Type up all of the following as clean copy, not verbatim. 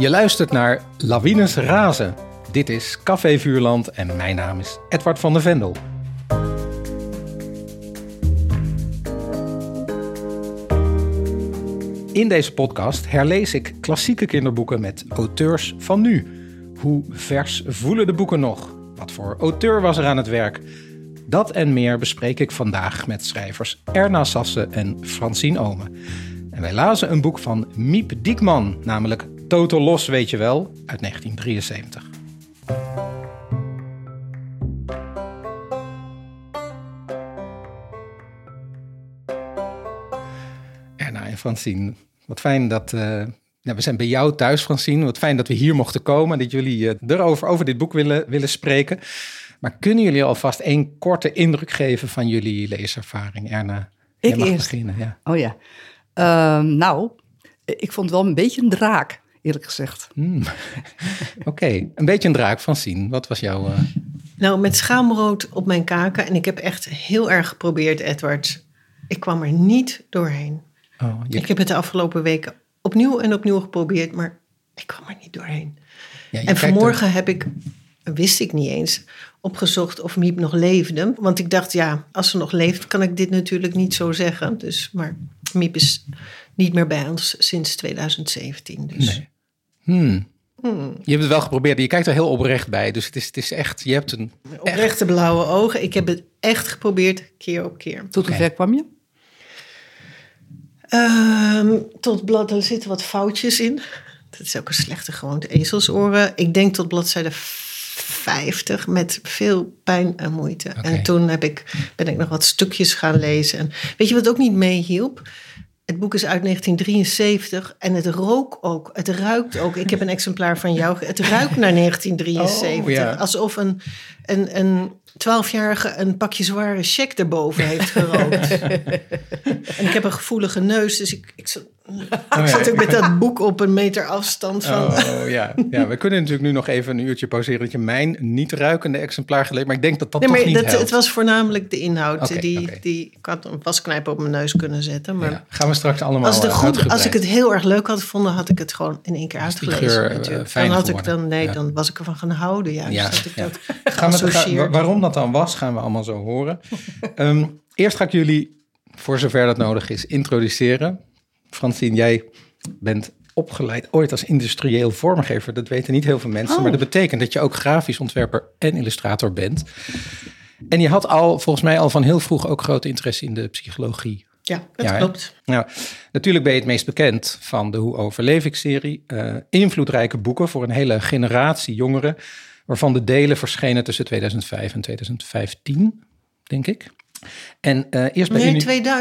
Je luistert naar Lawines Razen. Dit is Café Vuurland en mijn naam is Edward van der Vendel. In deze podcast herlees ik klassieke kinderboeken met auteurs van nu. Hoe vers voelen de boeken nog? Wat voor auteur was er aan het werk? Dat en meer bespreek ik vandaag met schrijvers Erna Sassen en Francine Omen. En wij lazen een boek van Miep Diekman, namelijk Total Los, weet je wel, uit 1973. Erna en Francine, wat fijn dat... we zijn bij jou thuis, Francine. Wat fijn dat we hier mochten komen. Dat jullie over dit boek willen spreken. Maar kunnen jullie alvast een korte indruk geven van jullie leeservaring? Erna, jij mag beginnen. Ja. Oh ja. Ik vond het wel een beetje een draak, eerlijk gezegd. Oké, een beetje een draak. Francine, wat was jouw... Nou, met schaamrood op mijn kaken. En ik heb echt heel erg geprobeerd, Edward. Ik kwam er niet doorheen. Ik heb het de afgelopen weken opnieuw en opnieuw geprobeerd, maar ik kwam er niet doorheen. Ja, en vanmorgen wist ik niet eens, opgezocht of Miep nog leefde. Want ik dacht, ja, als ze nog leeft, kan ik dit natuurlijk niet zo zeggen. Maar Miep is niet meer bij ons sinds 2017. Dus. Nee. Je hebt het wel geprobeerd. Je kijkt er heel oprecht bij. Dus het is echt, je hebt een... Oprechte blauwe ogen. Ik heb het echt geprobeerd, keer op keer. Tot hoe ver kwam je? Tot blad, er zitten wat foutjes in. Dat is ook een slechte gewoonte, ezelsoren. Ik denk tot bladzijde 50 met veel pijn en moeite. Okay. En toen ben ik nog wat stukjes gaan lezen. En weet je wat ook niet meehielp? Het boek is uit 1973 en het rook ook. Het ruikt ook. Ik heb een exemplaar van jou. Het ruikt naar 1973. Ja. Alsof een 12-jarige een pakje zware check erboven heeft gerookt. En ik heb een gevoelige neus, dus ik zat ook met dat boek op een meter afstand van... We kunnen natuurlijk nu nog even een uurtje pauzeren dat je mijn niet ruikende exemplaar gelezen, maar ik denk dat toch niet helpt. Het was voornamelijk de inhoud. Ik had een wasknijper op mijn neus kunnen zetten. Maar ja, gaan we straks allemaal uitgebreid. Als ik het heel erg leuk had gevonden, had ik het gewoon in één keer uitgelezen. Dan was ik ervan gaan houden. Waarom dat dan was, gaan we allemaal zo horen. Eerst ga ik jullie, voor zover dat nodig is, introduceren. Francine, jij bent opgeleid ooit als industrieel vormgever. Dat weten niet heel veel mensen, maar dat betekent dat je ook grafisch ontwerper en illustrator bent. En je had volgens mij al van heel vroeg ook grote interesse in de psychologie. Ja, dat klopt. Nou, natuurlijk ben je het meest bekend van de Hoe overleef ik-serie. Invloedrijke boeken voor een hele generatie jongeren, waarvan de delen verschenen tussen 2005 en 2015, denk ik. En eerst bij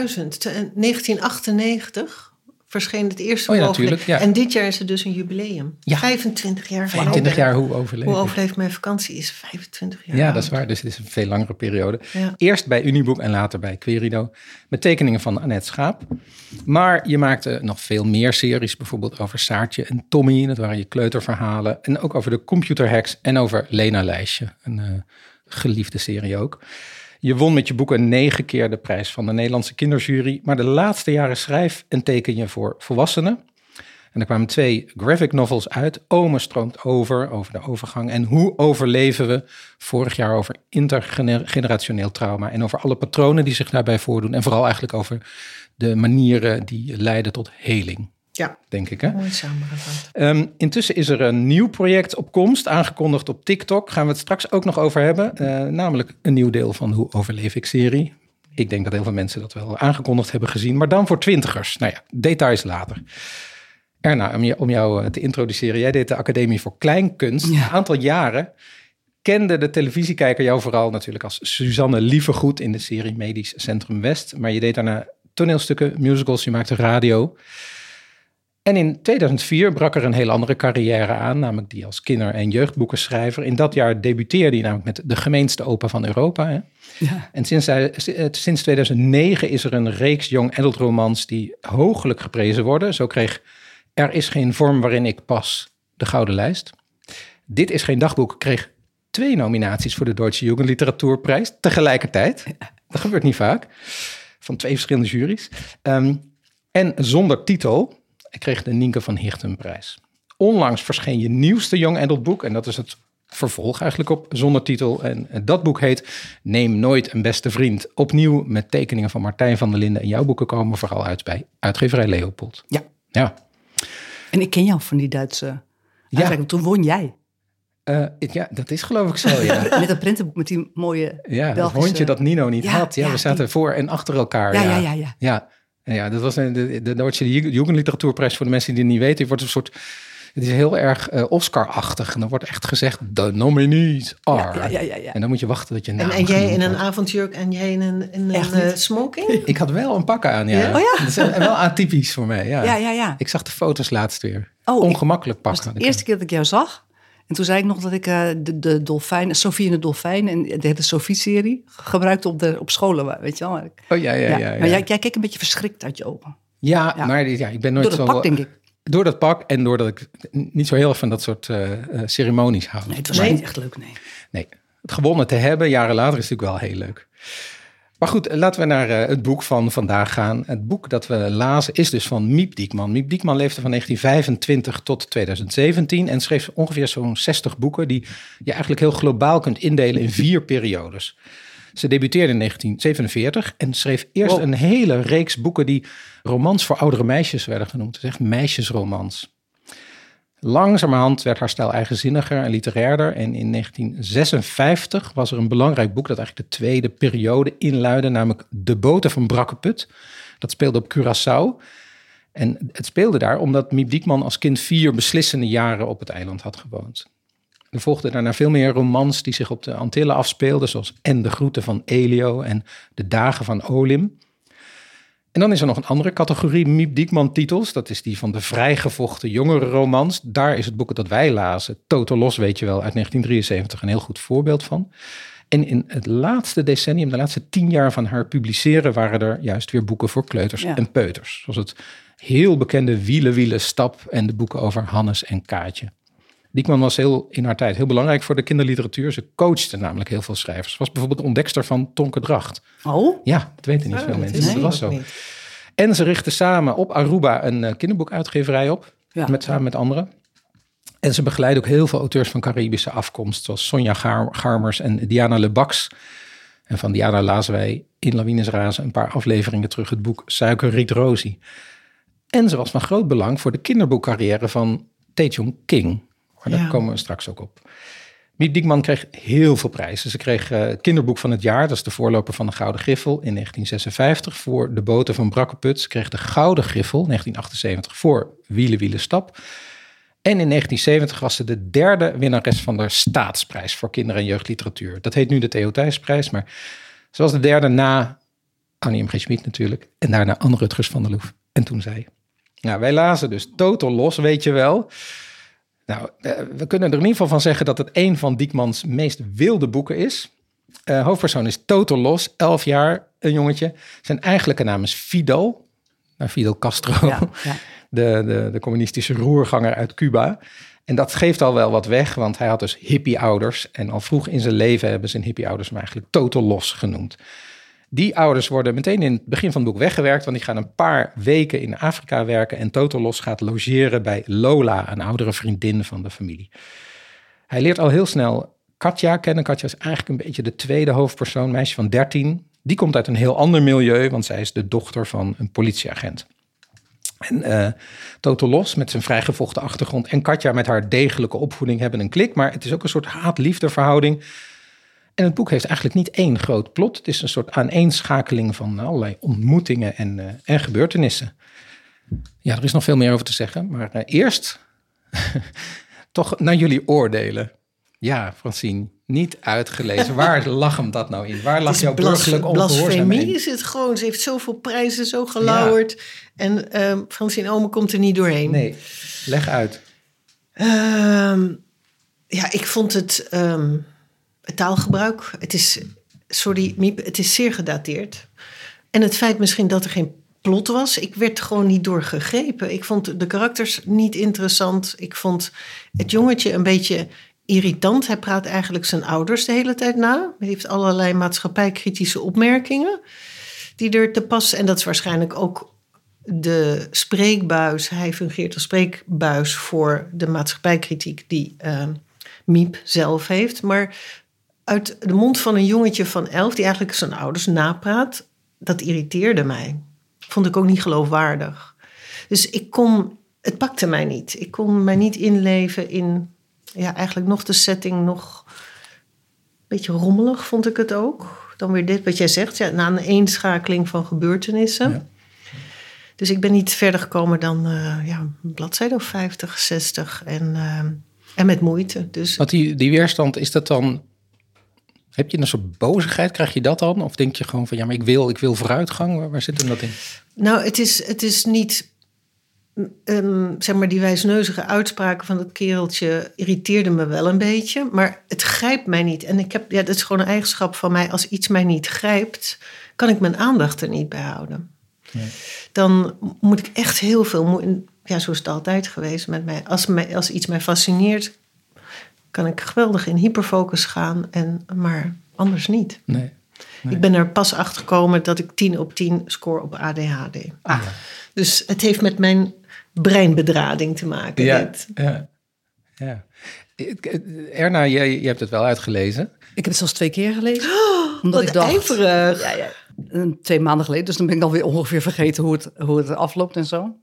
1998 verscheen het eerste natuurlijk. Ja. En dit jaar is het dus een jubileum. Ja. 25 jaar. 25 jaar Hoe overleef ik. Hoe overleef mijn vakantie is 25 jaar Ja, oud. Dat is waar. Dus het is een veel langere periode. Ja. Eerst bij Uniboek en later bij Querido. Met tekeningen van Annette Schaap. Maar je maakte nog veel meer series. Bijvoorbeeld over Saartje en Tommy. Dat waren je kleuterverhalen. En ook over de computerhacks. En over Lena Lijstje. Een geliefde serie ook. Je won met je boeken 9 keer de prijs van de Nederlandse kinderjury. Maar de laatste jaren schrijf en teken je voor volwassenen. En er kwamen 2 graphic novels uit. Ome stroomt over de overgang. En Hoe overleven we? Vorig jaar over intergenerationeel trauma. En over alle patronen die zich daarbij voordoen. En vooral eigenlijk over de manieren die leiden tot heling. Ja, denk ik. Hè? Mooi samengevat. Intussen is er een nieuw project op komst, aangekondigd op TikTok. Gaan we het straks ook nog over hebben. Namelijk een nieuw deel van Hoe overleef ik-serie. Ik denk dat heel veel mensen dat wel aangekondigd hebben gezien. Maar dan voor 20ers. Nou ja, details later. Erna, om jou te introduceren. Jij deed de Academie voor Kleinkunst. Ja. Een aantal jaren kende de televisiekijker jou vooral natuurlijk als Suzanne Lievergoed in de serie Medisch Centrum West. Maar je deed daarna toneelstukken, musicals, je maakte radio. En in 2004 brak er een heel andere carrière aan, namelijk die als kinder- en jeugdboekenschrijver. In dat jaar debuteerde hij namelijk met De Gemeenste Opa van Europa. Hè? Ja. En sinds 2009 is er een reeks young adult romans die hoogelijk geprezen worden. Zo kreeg Er is geen vorm waarin ik pas de Gouden Lijst. Dit is geen dagboek kreeg 2 nominaties voor de Deutsche Jugendliteratuurprijs tegelijkertijd. Dat gebeurt niet vaak. Van 2 verschillende juries. En Zonder titel kreeg de Nienke van Hichtenprijs. onlangs verscheen je nieuwste young adult boek. En dat is het vervolg eigenlijk op Zonder Titel. En dat boek heet Neem nooit een beste vriend. Opnieuw met tekeningen van Martijn van der Linden. En jouw boeken komen vooral uit bij uitgeverij Leopold. Ja. En ik ken jou van die Duitse uitreiking. Toen won jij. Ja, dat is geloof ik zo, ja. Met dat prentenboek met die mooie Belgische... dat hondje dat Nino niet had. Ja, we zaten voor en achter elkaar. Ja, dat was de Duitse Jugendliteratuurprijs. Voor de mensen die het niet weten. Het wordt een soort... Het is heel erg Oscar-achtig. En dan wordt echt gezegd, de nominees are. Ja. En dan moet je wachten dat je naam En jij in een avondjurk en jij in een smoking? Ik had wel een pak aan, ja. Oh ja? Dat is wel atypisch voor mij, ja. Ja. Ik zag de foto's laatst weer. Ongemakkelijk pak. Dat was de eerste keer dat ik jou zag. En toen zei ik nog dat ik de dolfijn, Sophie en de dolfijn... en de hele Sophie-serie gebruikte op scholen, weet je wel. Ja. Maar jij keek een beetje verschrikt uit je ogen. Ja. Maar ik ben nooit door dat pak, denk ik. Door dat pak en doordat ik niet zo heel erg van dat soort ceremonies hou. Nee, het was niet echt leuk, Nee, het gewonnen te hebben, jaren later, is natuurlijk wel heel leuk. Maar goed, laten we naar het boek van vandaag gaan. Het boek dat we lazen is dus van Miep Diekman. Miep Diekman leefde van 1925 tot 2017 en schreef ongeveer zo'n 60 boeken... die je eigenlijk heel globaal kunt indelen in 4 periodes. Ze debuteerde in 1947 en schreef eerst een hele reeks boeken... die romans voor oudere meisjes werden genoemd. Het is echt meisjesromans. Langzamerhand werd haar stijl eigenzinniger en literairder. En in 1956 was er een belangrijk boek... dat eigenlijk de tweede periode inluidde... namelijk De Boten van Brakkeput. Dat speelde op Curaçao. En het speelde daar omdat Miep Diekman als kind 4 beslissende jaren... op het eiland had gewoond. Er volgden daarna veel meer romans die zich op de Antillen afspeelden... zoals En de groeten van Elio en De dagen van Olim. En dan is er nog een andere categorie Miep Diekman titels. Dat is die van de vrijgevochten jongere romans. Daar is het boek dat wij lazen, Total Los weet je wel, uit 1973... een heel goed voorbeeld van. En in het laatste decennium, de laatste 10 jaar van haar publiceren... waren er juist weer boeken voor kleuters en peuters. Zoals het heel bekende Wielen Stap en de boeken over Hannes en Kaatje. Diekman was in haar tijd heel belangrijk voor de kinderliteratuur. Ze coachte namelijk heel veel schrijvers. Ze was bijvoorbeeld de ontdekster van Tonke Dracht. Oh? Ja, dat weten niet veel mensen. Dat was zo. Niet. En ze richtte samen op Aruba een kinderboekuitgeverij op. Ja. Samen met anderen. En ze begeleidde ook heel veel auteurs van Caribische afkomst. Zoals Sonja Garmers en Diana Lebax. En van Diana lazen wij in Lawines-Razen een paar afleveringen terug het boek Suikerriet Rosie. En ze was van groot belang voor de kinderboekcarrière van Taejong King. Maar daar komen we straks ook op. Miep Diekman kreeg heel veel prijzen. Ze kreeg het kinderboek van het jaar. Dat is de voorloper van de Gouden Griffel in 1956 voor De Boten van Brakkeput. Ze kreeg de Gouden Griffel 1978 voor Wielen Stap. En in 1970 was ze de 3e winnares van de Staatsprijs voor kinder- en jeugdliteratuur. Dat heet nu de Theo Thijsprijs, maar ze was de 3e na Annie M. G. Schmid natuurlijk. En daarna Anne Rutgers van der Loef. En toen zij. Nou, wij lazen dus Total Los, weet je wel. Nou, we kunnen er in ieder geval van zeggen dat het een van Diekmans meest wilde boeken is. Hoofdpersoon is Total Los, 11 jaar, een jongetje. Zijn eigenlijke naam is Fidel. Fidel Castro, de communistische roerganger uit Cuba. En dat geeft al wel wat weg, want hij had dus hippie-ouders. En al vroeg in zijn leven hebben zijn hippie-ouders hem eigenlijk Total Los genoemd. Die ouders worden meteen in het begin van het boek weggewerkt, want die gaan een paar weken in Afrika werken en Total Los gaat logeren bij Lola, een oudere vriendin van de familie. Hij leert al heel snel Katja kennen. Katja is eigenlijk een beetje de tweede hoofdpersoon, meisje van 13. Die komt uit een heel ander milieu, want zij is de dochter van een politieagent. En Total Los met zijn vrijgevochten achtergrond en Katja met haar degelijke opvoeding hebben een klik, maar het is ook een soort haat-liefde verhouding. En het boek heeft eigenlijk niet één groot plot. Het is een soort aaneenschakeling van allerlei ontmoetingen en gebeurtenissen. Ja, er is nog veel meer over te zeggen. Maar eerst toch naar jullie oordelen. Ja, Francine, niet uitgelezen. Waar lag hem dat nou in? Waar lag jouw burgerlijk ongehoorzaam in? Blasfemie is het gewoon. Ze heeft zoveel prijzen, zo gelauwerd. Ja. En Francine Omen komt er niet doorheen. Nee, leg uit. Ik vond het... Het taalgebruik, het is, sorry Miep, het is zeer gedateerd. En het feit misschien dat er geen plot was, ik werd gewoon niet doorgegrepen. Ik vond de karakters niet interessant. Ik vond het jongetje een beetje irritant. Hij praat eigenlijk zijn ouders de hele tijd na. Hij heeft allerlei maatschappijkritische opmerkingen die er te pas. En dat is waarschijnlijk ook de spreekbuis. Hij fungeert als spreekbuis voor de maatschappijkritiek die Miep zelf heeft. Maar uit de mond van een jongetje van 11... die eigenlijk zijn ouders napraat, dat irriteerde mij. Vond ik ook niet geloofwaardig. Dus het pakte mij niet. Ik kon mij niet inleven in eigenlijk nog de setting, nog een beetje rommelig vond ik het ook. Dan weer dit wat jij zegt, na een eenschakeling van gebeurtenissen. Ja. Dus ik ben niet verder gekomen dan een bladzijde of 50, 60 en met moeite. Dus. Want die weerstand, is dat dan... Heb je een soort bozigheid? Krijg je dat dan? Of denk je gewoon van, maar ik wil vooruitgang? Waar zit hem dat in? Nou, het is niet... zeg maar, die wijsneuzige uitspraken van dat kereltje irriteerde me wel een beetje. Maar het grijpt mij niet. En dat is gewoon een eigenschap van mij. Als iets mij niet grijpt, kan ik mijn aandacht er niet bij houden. Nee. Dan moet ik echt heel veel... zo is het altijd geweest met mij. Als iets mij fascineert, kan ik geweldig in hyperfocus gaan. Maar anders niet. Nee. Ik ben er pas achter gekomen dat ik 10 op 10 score op ADHD. Dus het heeft met mijn breinbedrading te maken. Ja. Erna, je hebt het wel uitgelezen. Ik heb het zelfs 2 keer gelezen. Omdat ik dacht, ijverig. 2 maanden geleden. Dus dan ben ik dan weer ongeveer vergeten hoe het afloopt en zo.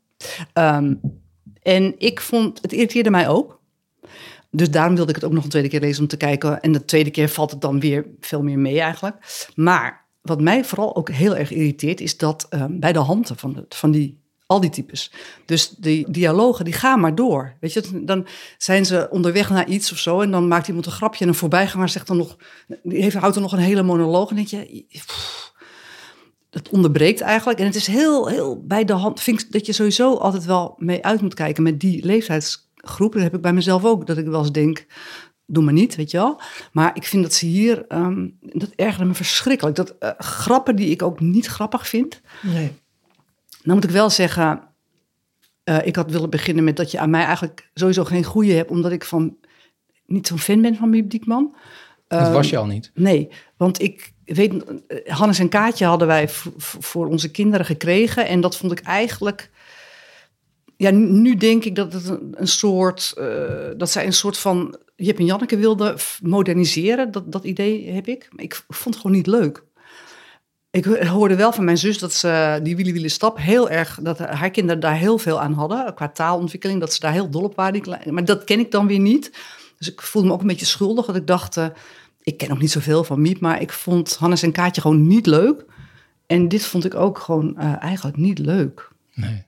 En het irriteerde mij ook. Dus daarom wilde ik het ook nog een tweede keer lezen om te kijken. En de tweede keer valt het dan weer veel meer mee eigenlijk. Maar wat mij vooral ook heel erg irriteert, is dat bij de handen van al die types. Dus die dialogen, die gaan maar door. Weet je, dan zijn ze onderweg naar iets of zo en dan maakt iemand een grapje en een voorbijganger zegt dan nog, houdt er nog een hele monoloog en denk je, dat onderbreekt eigenlijk. En het is heel, heel bij de hand. Vind ik dat je sowieso altijd wel mee uit moet kijken met die leeftijdsgroep. Dat heb ik bij mezelf ook, dat ik wel eens denk, doe maar niet, weet je wel. Maar ik vind dat ze hier, dat ergerde me verschrikkelijk. Dat grappen die ik ook niet grappig vind. Nee. Dan moet ik wel zeggen, ik had willen beginnen met dat je aan mij eigenlijk sowieso geen goeie hebt, omdat ik niet zo'n fan ben van Miep Diekman. Dat was je al niet? Nee, want ik weet, Hannes en Kaatje hadden wij voor onze kinderen gekregen. En dat vond ik eigenlijk... Ja, nu denk ik dat het een soort... dat zij een soort van Jip en Janneke wilden moderniseren. Dat idee heb ik. Maar ik vond het gewoon niet leuk. Ik hoorde wel van mijn zus dat ze die Willy Stap heel erg... dat haar kinderen daar heel veel aan hadden. Qua taalontwikkeling, dat ze daar heel dol op waren. Maar dat ken ik dan weer niet. Dus ik voelde me ook een beetje schuldig. Dat ik dacht, ik ken nog niet zoveel van Miep... maar ik vond Hannes en Kaatje gewoon niet leuk. En dit vond ik ook gewoon eigenlijk niet leuk. Nee.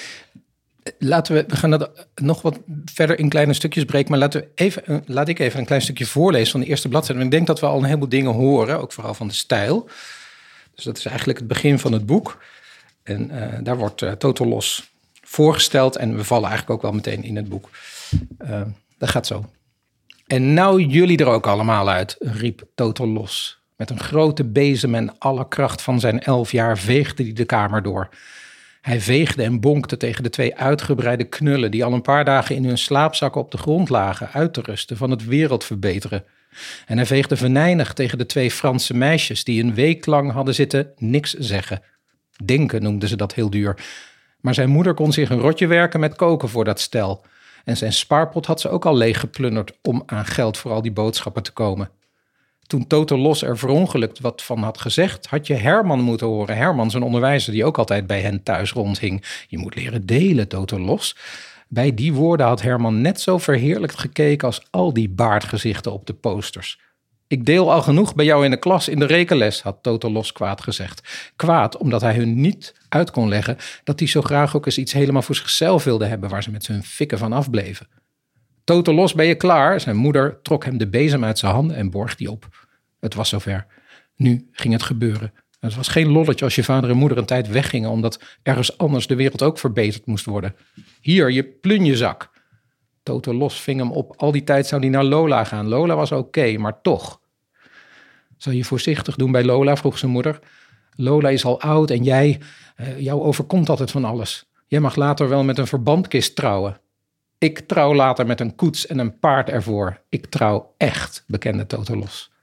We gaan dat nog wat verder in kleine stukjes breken... maar laat ik even een klein stukje voorlezen van de eerste bladzijde. Ik denk dat we al een heleboel dingen horen, ook vooral van de stijl... Dus dat is eigenlijk het begin van het boek. En daar wordt Total Los voorgesteld. En we vallen eigenlijk ook wel meteen in het boek. Dat gaat zo. En nou jullie er ook allemaal uit, riep Total Los. Met een grote bezem en alle kracht van zijn 11 jaar veegde hij de kamer door. Hij veegde en bonkte tegen de 2 uitgebreide knullen... die al een paar dagen in hun slaapzakken op de grond lagen... uit te rusten van het wereldverbeteren. En hij veegde venijnig tegen de 2 Franse meisjes... die een week lang hadden zitten niks zeggen. Denken noemden ze dat heel duur. Maar zijn moeder kon zich een rotje werken met koken voor dat stel. En zijn spaarpot had ze ook al leeg geplunderd... om aan geld voor al die boodschappen te komen. Toen Total Los er verongelukt wat van had gezegd... had je Herman moeten horen. Herman, zijn onderwijzer die ook altijd bij hen thuis rondhing. Je moet leren delen, Total Los... Bij die woorden had Herman net zo verheerlijkt gekeken als al die baardgezichten op de posters. Ik deel al genoeg bij jou in de klas in de rekenles, had Total Los kwaad gezegd. Kwaad omdat hij hun niet uit kon leggen dat hij zo graag ook eens iets helemaal voor zichzelf wilde hebben waar ze met zijn fikken van afbleven. Total Los, ben je klaar? Zijn moeder trok hem de bezem uit zijn handen en borg die op. Het was zover. Nu ging het gebeuren. Het was geen lolletje als je vader en moeder een tijd weggingen... omdat ergens anders de wereld ook verbeterd moest worden. Hier, je plunjezak. Total Los ving hem op. Al die tijd zou hij naar Lola gaan. Lola was oké, maar toch. Zal je voorzichtig doen bij Lola, vroeg zijn moeder. Lola is al oud en jou overkomt altijd van alles. Jij mag later wel met een verbandkist trouwen. Ik trouw later met een koets en een paard ervoor. Ik trouw echt, bekende Total Los.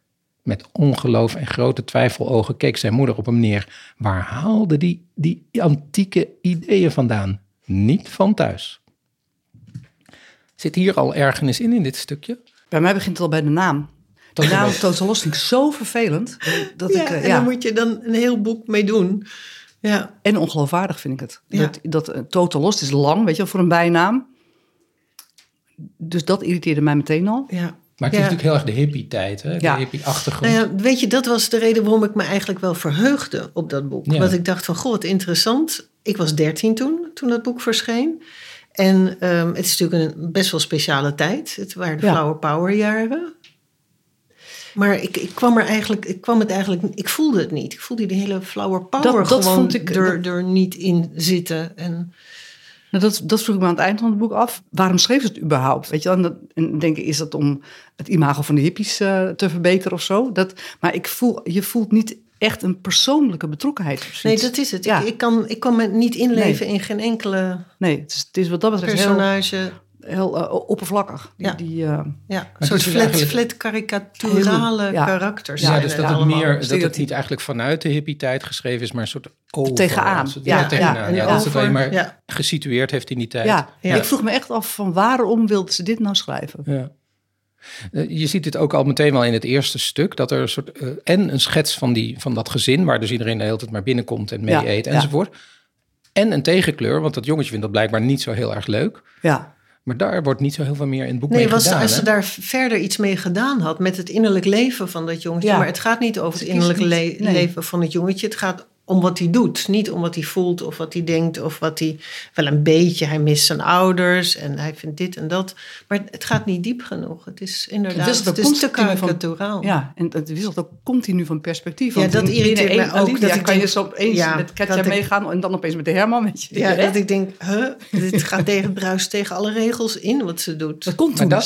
Met ongeloof en grote twijfelogen keek zijn moeder op hem neer. Waar haalde die antieke ideeën vandaan? Niet van thuis. Zit hier al ergernis in dit stukje? Bij mij begint het al bij de naam. De naam Total Lost vind ik zo vervelend. Daar moet je dan een heel boek mee doen. Ja. En ongeloofwaardig vind ik het. Ja. Dat Total Lost is lang, weet je wel, voor een bijnaam. Dus dat irriteerde mij meteen al. Ja. Maar het is natuurlijk heel erg de hippie-tijd, hè? De hippie-achtergrond. Nou ja, weet je, dat was de reden waarom ik me eigenlijk wel verheugde op dat boek. Ja. Want ik dacht van, goh, wat interessant. Ik was 13 toen dat boek verscheen. En het is natuurlijk een best wel speciale tijd. Het waren de Flower Power jaren. Maar ik voelde het niet. Ik voelde die hele Flower Power dat gewoon vond ik, er niet in zitten. En nou, dat vroeg ik me aan het eind van het boek af. Waarom schreef ze het überhaupt? Weet je, en denk ik, is dat om het imago van de hippies te verbeteren of zo? Maar je voelt niet echt een persoonlijke betrokkenheid. Nee, dat is het. Ja. Ik kan me niet inleven in geen enkele het is wat dat betreft personage. Heel oppervlakkig. Een soort flat karikaturale karakters. Ja, dus dat het niet eigenlijk vanuit de hippie-tijd geschreven is, maar een soort over. Tegenaan. Dat het alleen maar gesitueerd heeft in die tijd. Ja. Ik vroeg me echt af van waarom wilden ze dit nou schrijven? Ja. Je ziet dit ook al meteen wel in het eerste stuk, dat er een soort en een schets van dat gezin, waar dus iedereen de hele tijd maar binnenkomt en mee eet enzovoort. En een tegenkleur, want dat jongetje vindt dat blijkbaar niet zo heel erg leuk. Ja. Maar daar wordt niet zo heel veel meer in het boek mee gedaan. Als ze daar verder iets mee gedaan had met het innerlijk leven van dat jongetje. Ja. Maar het gaat niet over het innerlijk leven van het jongetje. Het gaat om wat hij doet. Niet om wat hij voelt of wat hij denkt. Of wat hij wel een beetje. Hij mist zijn ouders en hij vindt dit en dat. Maar het gaat niet diep genoeg. Het is inderdaad het is te karikaturaal. Ja, en het wisselt ook continu van perspectief. Ja, dat irriteert mij ook. Dat kan je zo opeens met Katja meegaan en dan opeens met de Herman. Weet je. Ja, dat ik denk, dit gaat tegen alle regels in wat ze doet. Dat komt toen.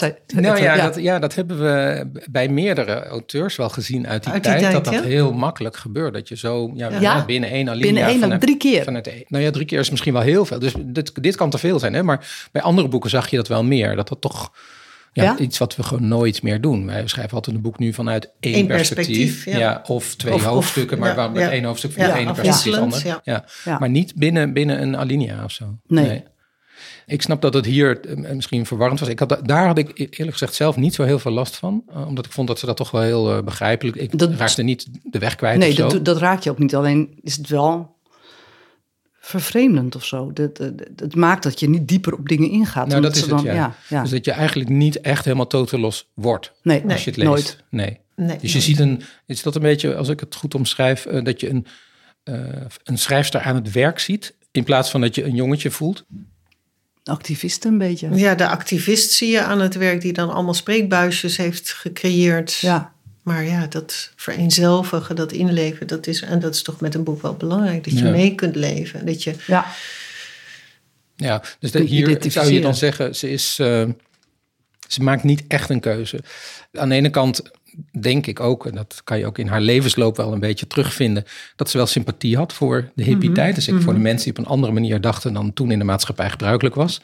Dat hebben we bij meerdere auteurs wel gezien uit die tijd. Dat heel makkelijk gebeurt. Dat je zo binnen één alinea. Binnen 3 keer. 3 keer is misschien wel heel veel. Dus dit kan te veel zijn. Hè? Maar bij andere boeken zag je dat wel meer. Dat toch iets wat we gewoon nooit meer doen. Wij schrijven altijd een boek nu vanuit één perspectief. Of 2 hoofdstukken, maar met 1 hoofdstuk van de ene perspectief ander. Maar niet binnen een alinea of zo. Nee. Ik snap dat het hier misschien verwarrend was. Daar had ik eerlijk gezegd zelf niet zo heel veel last van. Omdat ik vond dat ze dat toch wel heel begrijpelijk. Ik raakte niet de weg kwijt. Nee, dat raak je ook niet. Alleen is het wel vervreemdend of zo. Het maakt dat je niet dieper op dingen ingaat. Nou, dat is het, ja. Dus dat je eigenlijk niet echt helemaal totaal los wordt. Nee, als je het leest. Nooit. Nee. Dus je ziet is dat een beetje, als ik het goed omschrijf, dat je een schrijfster aan het werk ziet, in plaats van dat je een jongetje voelt. Activist een beetje. Ja, de activist zie je aan het werk die dan allemaal spreekbuisjes heeft gecreëerd. Ja. Maar dat vereenzelvigen, dat inleven, dat is toch met een boek wel belangrijk. Dat je mee kunt leven. Dat je... Ja, dus hier zou je dan zeggen, ze maakt niet echt een keuze. Aan de ene kant denk ik ook, en dat kan je ook in haar levensloop wel een beetje terugvinden, dat ze wel sympathie had voor de hippie-tijd. Dus voor de mensen die op een andere manier dachten dan toen in de maatschappij gebruikelijk was.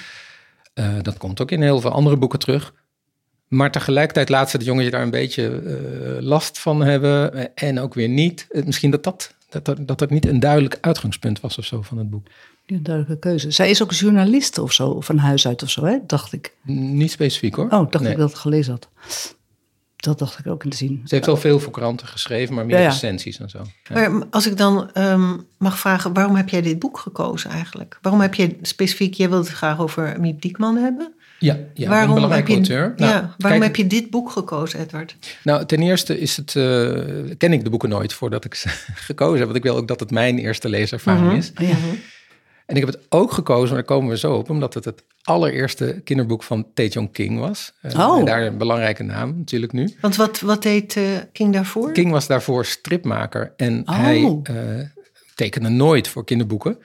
Dat komt ook in heel veel andere boeken terug. Maar tegelijkertijd laat ze het jongetje daar een beetje last van hebben en ook weer niet. Misschien dat het niet een duidelijk uitgangspunt was of zo van het boek. Niet een duidelijke keuze. Zij is ook journaliste of zo, van huis uit of zo, hè? Dacht ik. Niet specifiek hoor. Oh, dacht ik dat ik gelezen had. Dat dacht ik ook in te zien. Ze heeft wel veel voor kranten geschreven, maar meer recensies en zo. Ja. Maar als ik dan mag vragen, waarom heb jij dit boek gekozen eigenlijk? Waarom heb je specifiek, jij wilt het graag over Miep Diekman hebben? Ja, waarom een belangrijke auteur. Waarom heb je dit boek gekozen, Edward? Nou, ten eerste ken ik de boeken nooit voordat ik ze gekozen heb. Want ik wil ook dat het mijn eerste leeservaring is. En ik heb het ook gekozen, maar daar komen we zo op, omdat het allereerste kinderboek van Tae-Jong King was. En daar een belangrijke naam natuurlijk nu. Want wat deed King daarvoor? King was daarvoor stripmaker en hij tekende nooit voor kinderboeken.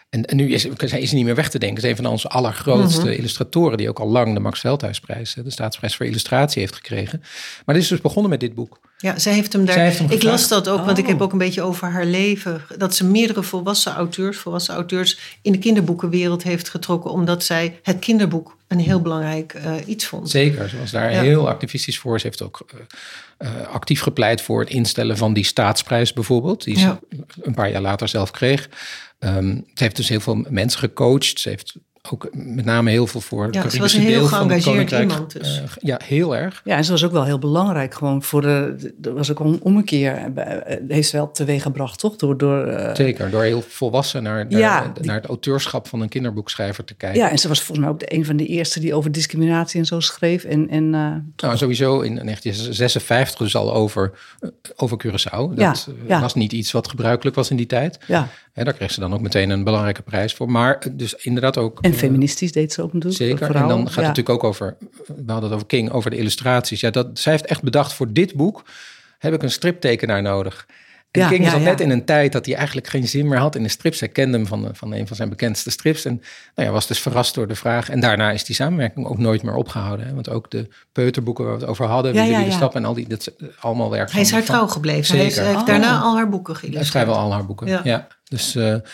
En nu is ze niet meer weg te denken. Ze is een van onze allergrootste illustratoren... die ook al lang de Max Veldhuisprijs... de Staatsprijs voor Illustratie heeft gekregen. Maar dit is dus begonnen met dit boek. Ja, zij heeft hem daar... Ik las dat ook, want ik heb ook een beetje over haar leven... dat ze meerdere volwassen auteurs... in de kinderboekenwereld heeft getrokken... omdat zij het kinderboek een heel belangrijk iets vond. Zeker, ze was daar heel activistisch voor. Ze heeft ook actief gepleit voor het instellen van die Staatsprijs bijvoorbeeld... die ze een paar jaar later zelf kreeg... Ze heeft dus heel veel mensen gecoacht. Ze heeft ook met name heel veel voor het Caribische deel van het Koninkrijk. Ze was een heel geëngageerd iemand dus. Ja, heel erg. Ja, en ze was ook wel heel belangrijk. Gewoon voor er was ook een ommekeer. Heeft ze wel teweeggebracht, toch? Zeker, door heel volwassen naar het auteurschap van een kinderboekschrijver te kijken. Ja, en ze was volgens mij ook een van de eerste die over discriminatie en zo schreef. Nou, sowieso in 1956 dus al over Curaçao. Dat was niet iets wat gebruikelijk was in die tijd. Ja. Daar kreeg ze dan ook meteen een belangrijke prijs voor. Maar dus inderdaad ook... En feministisch deed ze ook natuurlijk. Zeker, en dan gaat het natuurlijk ook over... We hadden het over King, over de illustraties. Ja, zij heeft echt bedacht, voor dit boek heb ik een striptekenaar nodig. En King zat net in een tijd dat hij eigenlijk geen zin meer had in de strips. Hij kende hem van een van zijn bekendste strips. En was dus verrast door de vraag. En daarna is die samenwerking ook nooit meer opgehouden. Hè? Want ook de peuterboeken waar we het over hadden... Wie de stap en al die... Dat allemaal werk. Hij is haar trouw gebleven. Hij heeft daarna al haar boeken geïllustreerd. Hij schrijft al haar boeken, ja. Dus...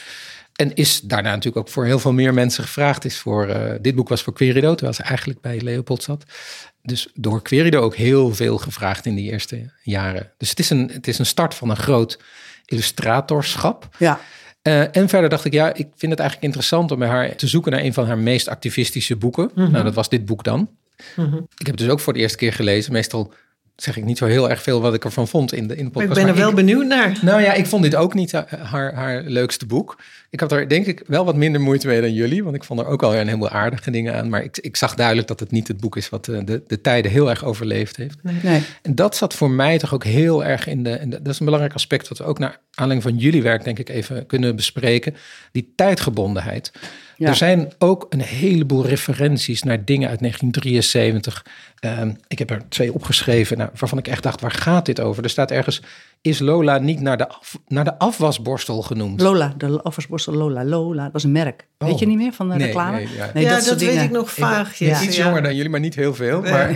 en is daarna natuurlijk ook voor heel veel meer mensen gevraagd. Dit boek was voor Querido, terwijl ze eigenlijk bij Leopold zat. Dus door Querido ook heel veel gevraagd in die eerste jaren. Dus het is een start van een groot illustratorschap. Ja. En verder dacht ik, ik vind het eigenlijk interessant om bij haar te zoeken naar een van haar meest activistische boeken. Nou, dat was dit boek dan. Ik heb het dus ook voor de eerste keer gelezen. Meestal zeg ik niet zo heel erg veel wat ik ervan vond in de podcast. Maar ik ben er wel benieuwd naar. Nou ja, ik vond dit ook niet haar leukste boek. Ik had er denk ik wel wat minder moeite mee dan jullie. Want ik vond er ook al een heleboel aardige dingen aan. Maar ik zag duidelijk dat het niet het boek is wat de tijden heel erg overleefd heeft. Nee. En dat zat voor mij toch ook heel erg in dat is een belangrijk aspect wat we ook naar aanleiding van jullie werk denk ik even kunnen bespreken. Die tijdgebondenheid. Ja. Er zijn ook een heleboel referenties naar dingen uit 1973. Ik heb er 2 opgeschreven waarvan ik echt dacht, waar gaat dit over? Er staat ergens, is Lola niet naar de afwasborstel genoemd? Lola, de afwasborstel Lola. Dat was een merk. Weet je niet meer van de reclame? Nee, dat weet ik nog vaagjes. Iets jonger dan jullie, maar niet heel veel. Maar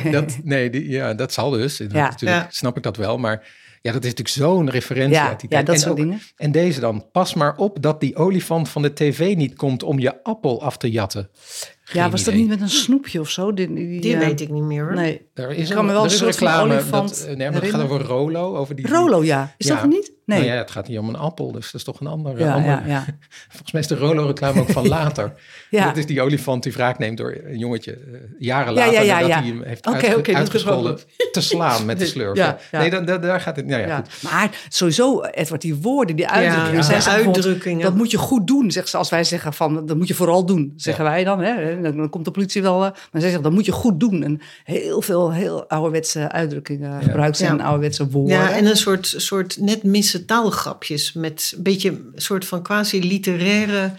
dat zal dus. Natuurlijk snap ik dat wel, maar... Ja, dat is natuurlijk zo'n referentie uit die tijd. Ja, dat soort dingen. En deze dan, pas maar op dat die olifant van de tv niet komt om je appel af te jatten. Geen was idee. dat niet met een snoepje of zo? Die weet ik niet meer hoor. Nee. Er is een reclame. Het gaat over Rolo. Rolo, ja. Is dat er niet? Nee. Nou ja, het gaat niet om een appel, dus dat is toch een ander. Ja. Volgens mij is de Rolo-reclame ook van later. Dat is die olifant die wraak neemt door een jongetje jaren later nadat hij hem heeft uitgescholden te slaan met de slurf. Nee, daar gaat het. Goed. Maar sowieso, Edward, die woorden, die uitdrukkingen. Dat moet je goed doen, zegt ze. Als wij zeggen van, dat moet je vooral doen, zeggen wij dan. Hè? Dan komt de politie wel. Maar zij zegt, dat moet je goed doen. En heel veel ouderwetse uitdrukkingen gebruikt zijn, ouderwetse woorden. Ja, en een soort net missen taalgrapjes met een beetje een soort van quasi-literaire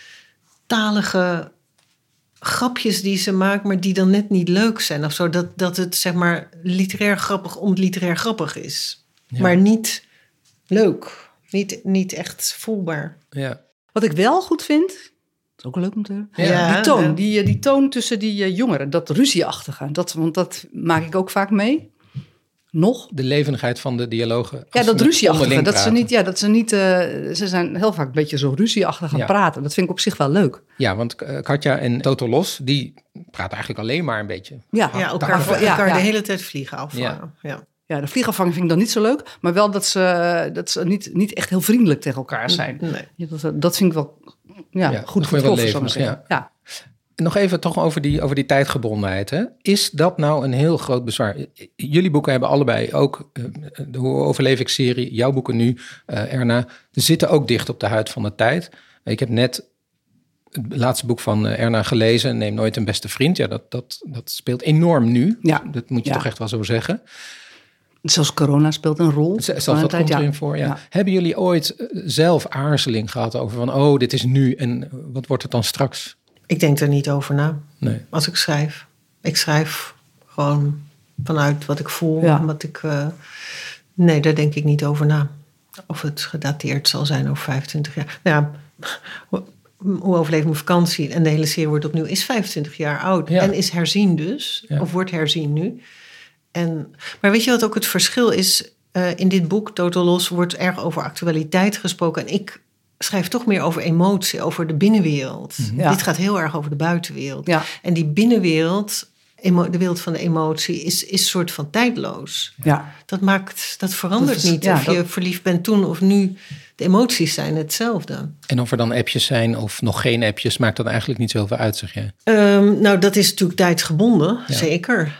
talige grapjes die ze maakt, maar die dan net niet leuk zijn of zo. Dat het zeg maar literair grappig om het literair grappig is. Ja. Maar niet leuk. Niet echt voelbaar. Ja. Wat ik wel goed vind, dat is ook leuk om te horen. Die toon tussen die jongeren, dat ruzieachtige. Want dat maak ik ook vaak mee. Nog. De levendigheid van de dialogen. Ja, dat ruzieachtige. Ze zijn heel vaak een beetje zo ruzieachtig gaan praten. Dat vind ik op zich wel leuk. Ja, want Katja en Toto Los, die praten eigenlijk alleen maar een beetje. Elkaar de hele tijd vliegen afvangen. Ja, de vliegafvangen vind ik dan niet zo leuk. Maar wel dat ze niet echt heel vriendelijk tegen elkaar zijn. Nee. Dat vind ik wel goed getroffen. Ja. Nog even toch over die tijdgebondenheid. Hè? Is dat nou een heel groot bezwaar? Jullie boeken hebben allebei ook, de Hoe overleef ik serie, jouw boeken nu, Erna, zitten ook dicht op de huid van de tijd. Ik heb net het laatste boek van Erna gelezen, Neem nooit een beste vriend. Ja, dat speelt enorm nu. Ja. Dat moet je toch echt wel zo zeggen. Zelfs corona speelt een rol. Zelfs dat komt erin voor, ja. Hebben jullie ooit zelf aarzeling gehad over van, dit is nu en wat wordt het dan straks? Ik denk er niet over na. Nee. Als ik schrijf. Ik schrijf gewoon vanuit wat ik voel. En wat ik, nee, daar denk ik niet over na. Of het gedateerd zal zijn over 25 jaar. Nou ja, Hoe overleef mijn vakantie? En de hele serie wordt opnieuw, is 25 jaar oud. Ja. En is herzien dus. Ja. Of wordt herzien nu. Maar weet je wat ook het verschil is? In dit boek, Total Loss, wordt erg over actualiteit gesproken. En ik schrijf toch meer over emotie, over de binnenwereld. Ja. Dit gaat heel erg over de buitenwereld. Ja. En die binnenwereld, de wereld van de emotie, is een soort van tijdloos. Ja. Dat verandert niet. Ja, of je verliefd bent toen of nu. De emoties zijn hetzelfde. En of er dan appjes zijn of nog geen appjes, maakt dat eigenlijk niet zoveel uit, zeg jij? Nou, dat is natuurlijk tijdsgebonden, zeker.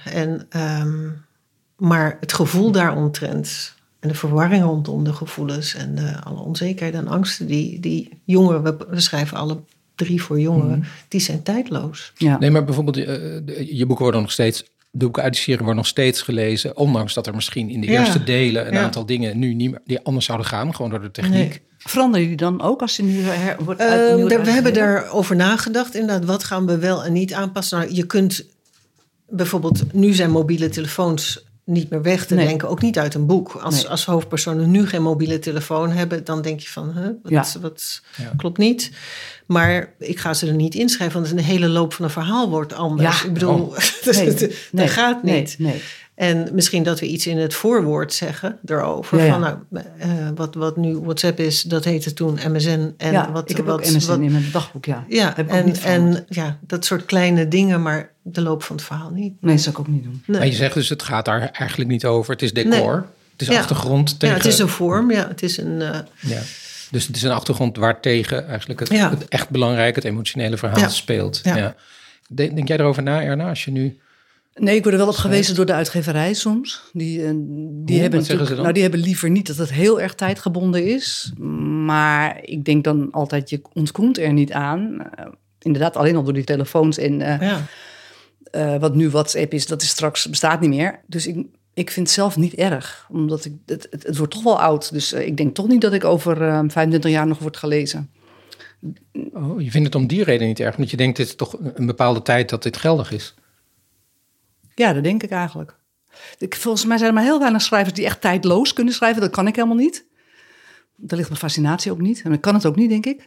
Maar het gevoel daaromtrent en de verwarring rondom de gevoelens en alle onzekerheden en angsten die jongeren, we schrijven alle 3 voor jongeren, die zijn tijdloos. Ja. Nee, maar bijvoorbeeld je boeken worden nog steeds, de boeken uit de serie worden nog steeds gelezen, ondanks dat er misschien in de eerste delen een aantal dingen nu niet meer, die anders zouden gaan, gewoon door de techniek. Nee. Veranderen die dan ook als je nu wordt we hebben daarover nagedacht, inderdaad, wat gaan we wel en niet aanpassen? Nou, je kunt bijvoorbeeld, nu zijn mobiele telefoons niet meer weg te denken, ook niet uit een boek. Als hoofdpersonen nu geen mobiele telefoon hebben, dan denk je van, wat klopt niet. Maar ik ga ze er niet inschrijven, want de hele loop van een verhaal wordt anders. Ja. Ik bedoel, dat gaat niet. Nee. En misschien dat we iets in het voorwoord zeggen erover. Ja. Van, wat nu WhatsApp is, dat heette toen MSN. En ik heb ook MSN in mijn dagboek, dat soort kleine dingen, maar de loop van het verhaal niet. Nee, dat zou ik ook niet doen. Nee. Maar je zegt dus, het gaat daar eigenlijk niet over. Het is decor, het is achtergrond. Tegen... Ja, het is een vorm, het is een... Dus het is een achtergrond waartegen eigenlijk het echt belangrijke, het emotionele verhaal speelt. Ja. Ja. Denk jij erover na, Erna, als je nu... Nee, ik word er wel op gewezen door de uitgeverij soms. Die hebben liever niet dat het heel erg tijdgebonden is. Maar ik denk dan altijd, je ontkomt er niet aan. Inderdaad, alleen al door die telefoons en wat nu WhatsApp is, dat is straks bestaat niet meer. Dus ik vind het zelf niet erg, omdat het wordt toch wel oud. Dus ik denk toch niet dat ik over 25 jaar nog word gelezen. Oh, je vindt het om die reden niet erg, omdat je denkt, dit is toch een bepaalde tijd dat dit geldig is? Ja, dat denk ik eigenlijk. Volgens mij zijn er maar heel weinig schrijvers die echt tijdloos kunnen schrijven. Dat kan ik helemaal niet. Daar ligt mijn fascinatie ook niet. En ik kan het ook niet, denk ik.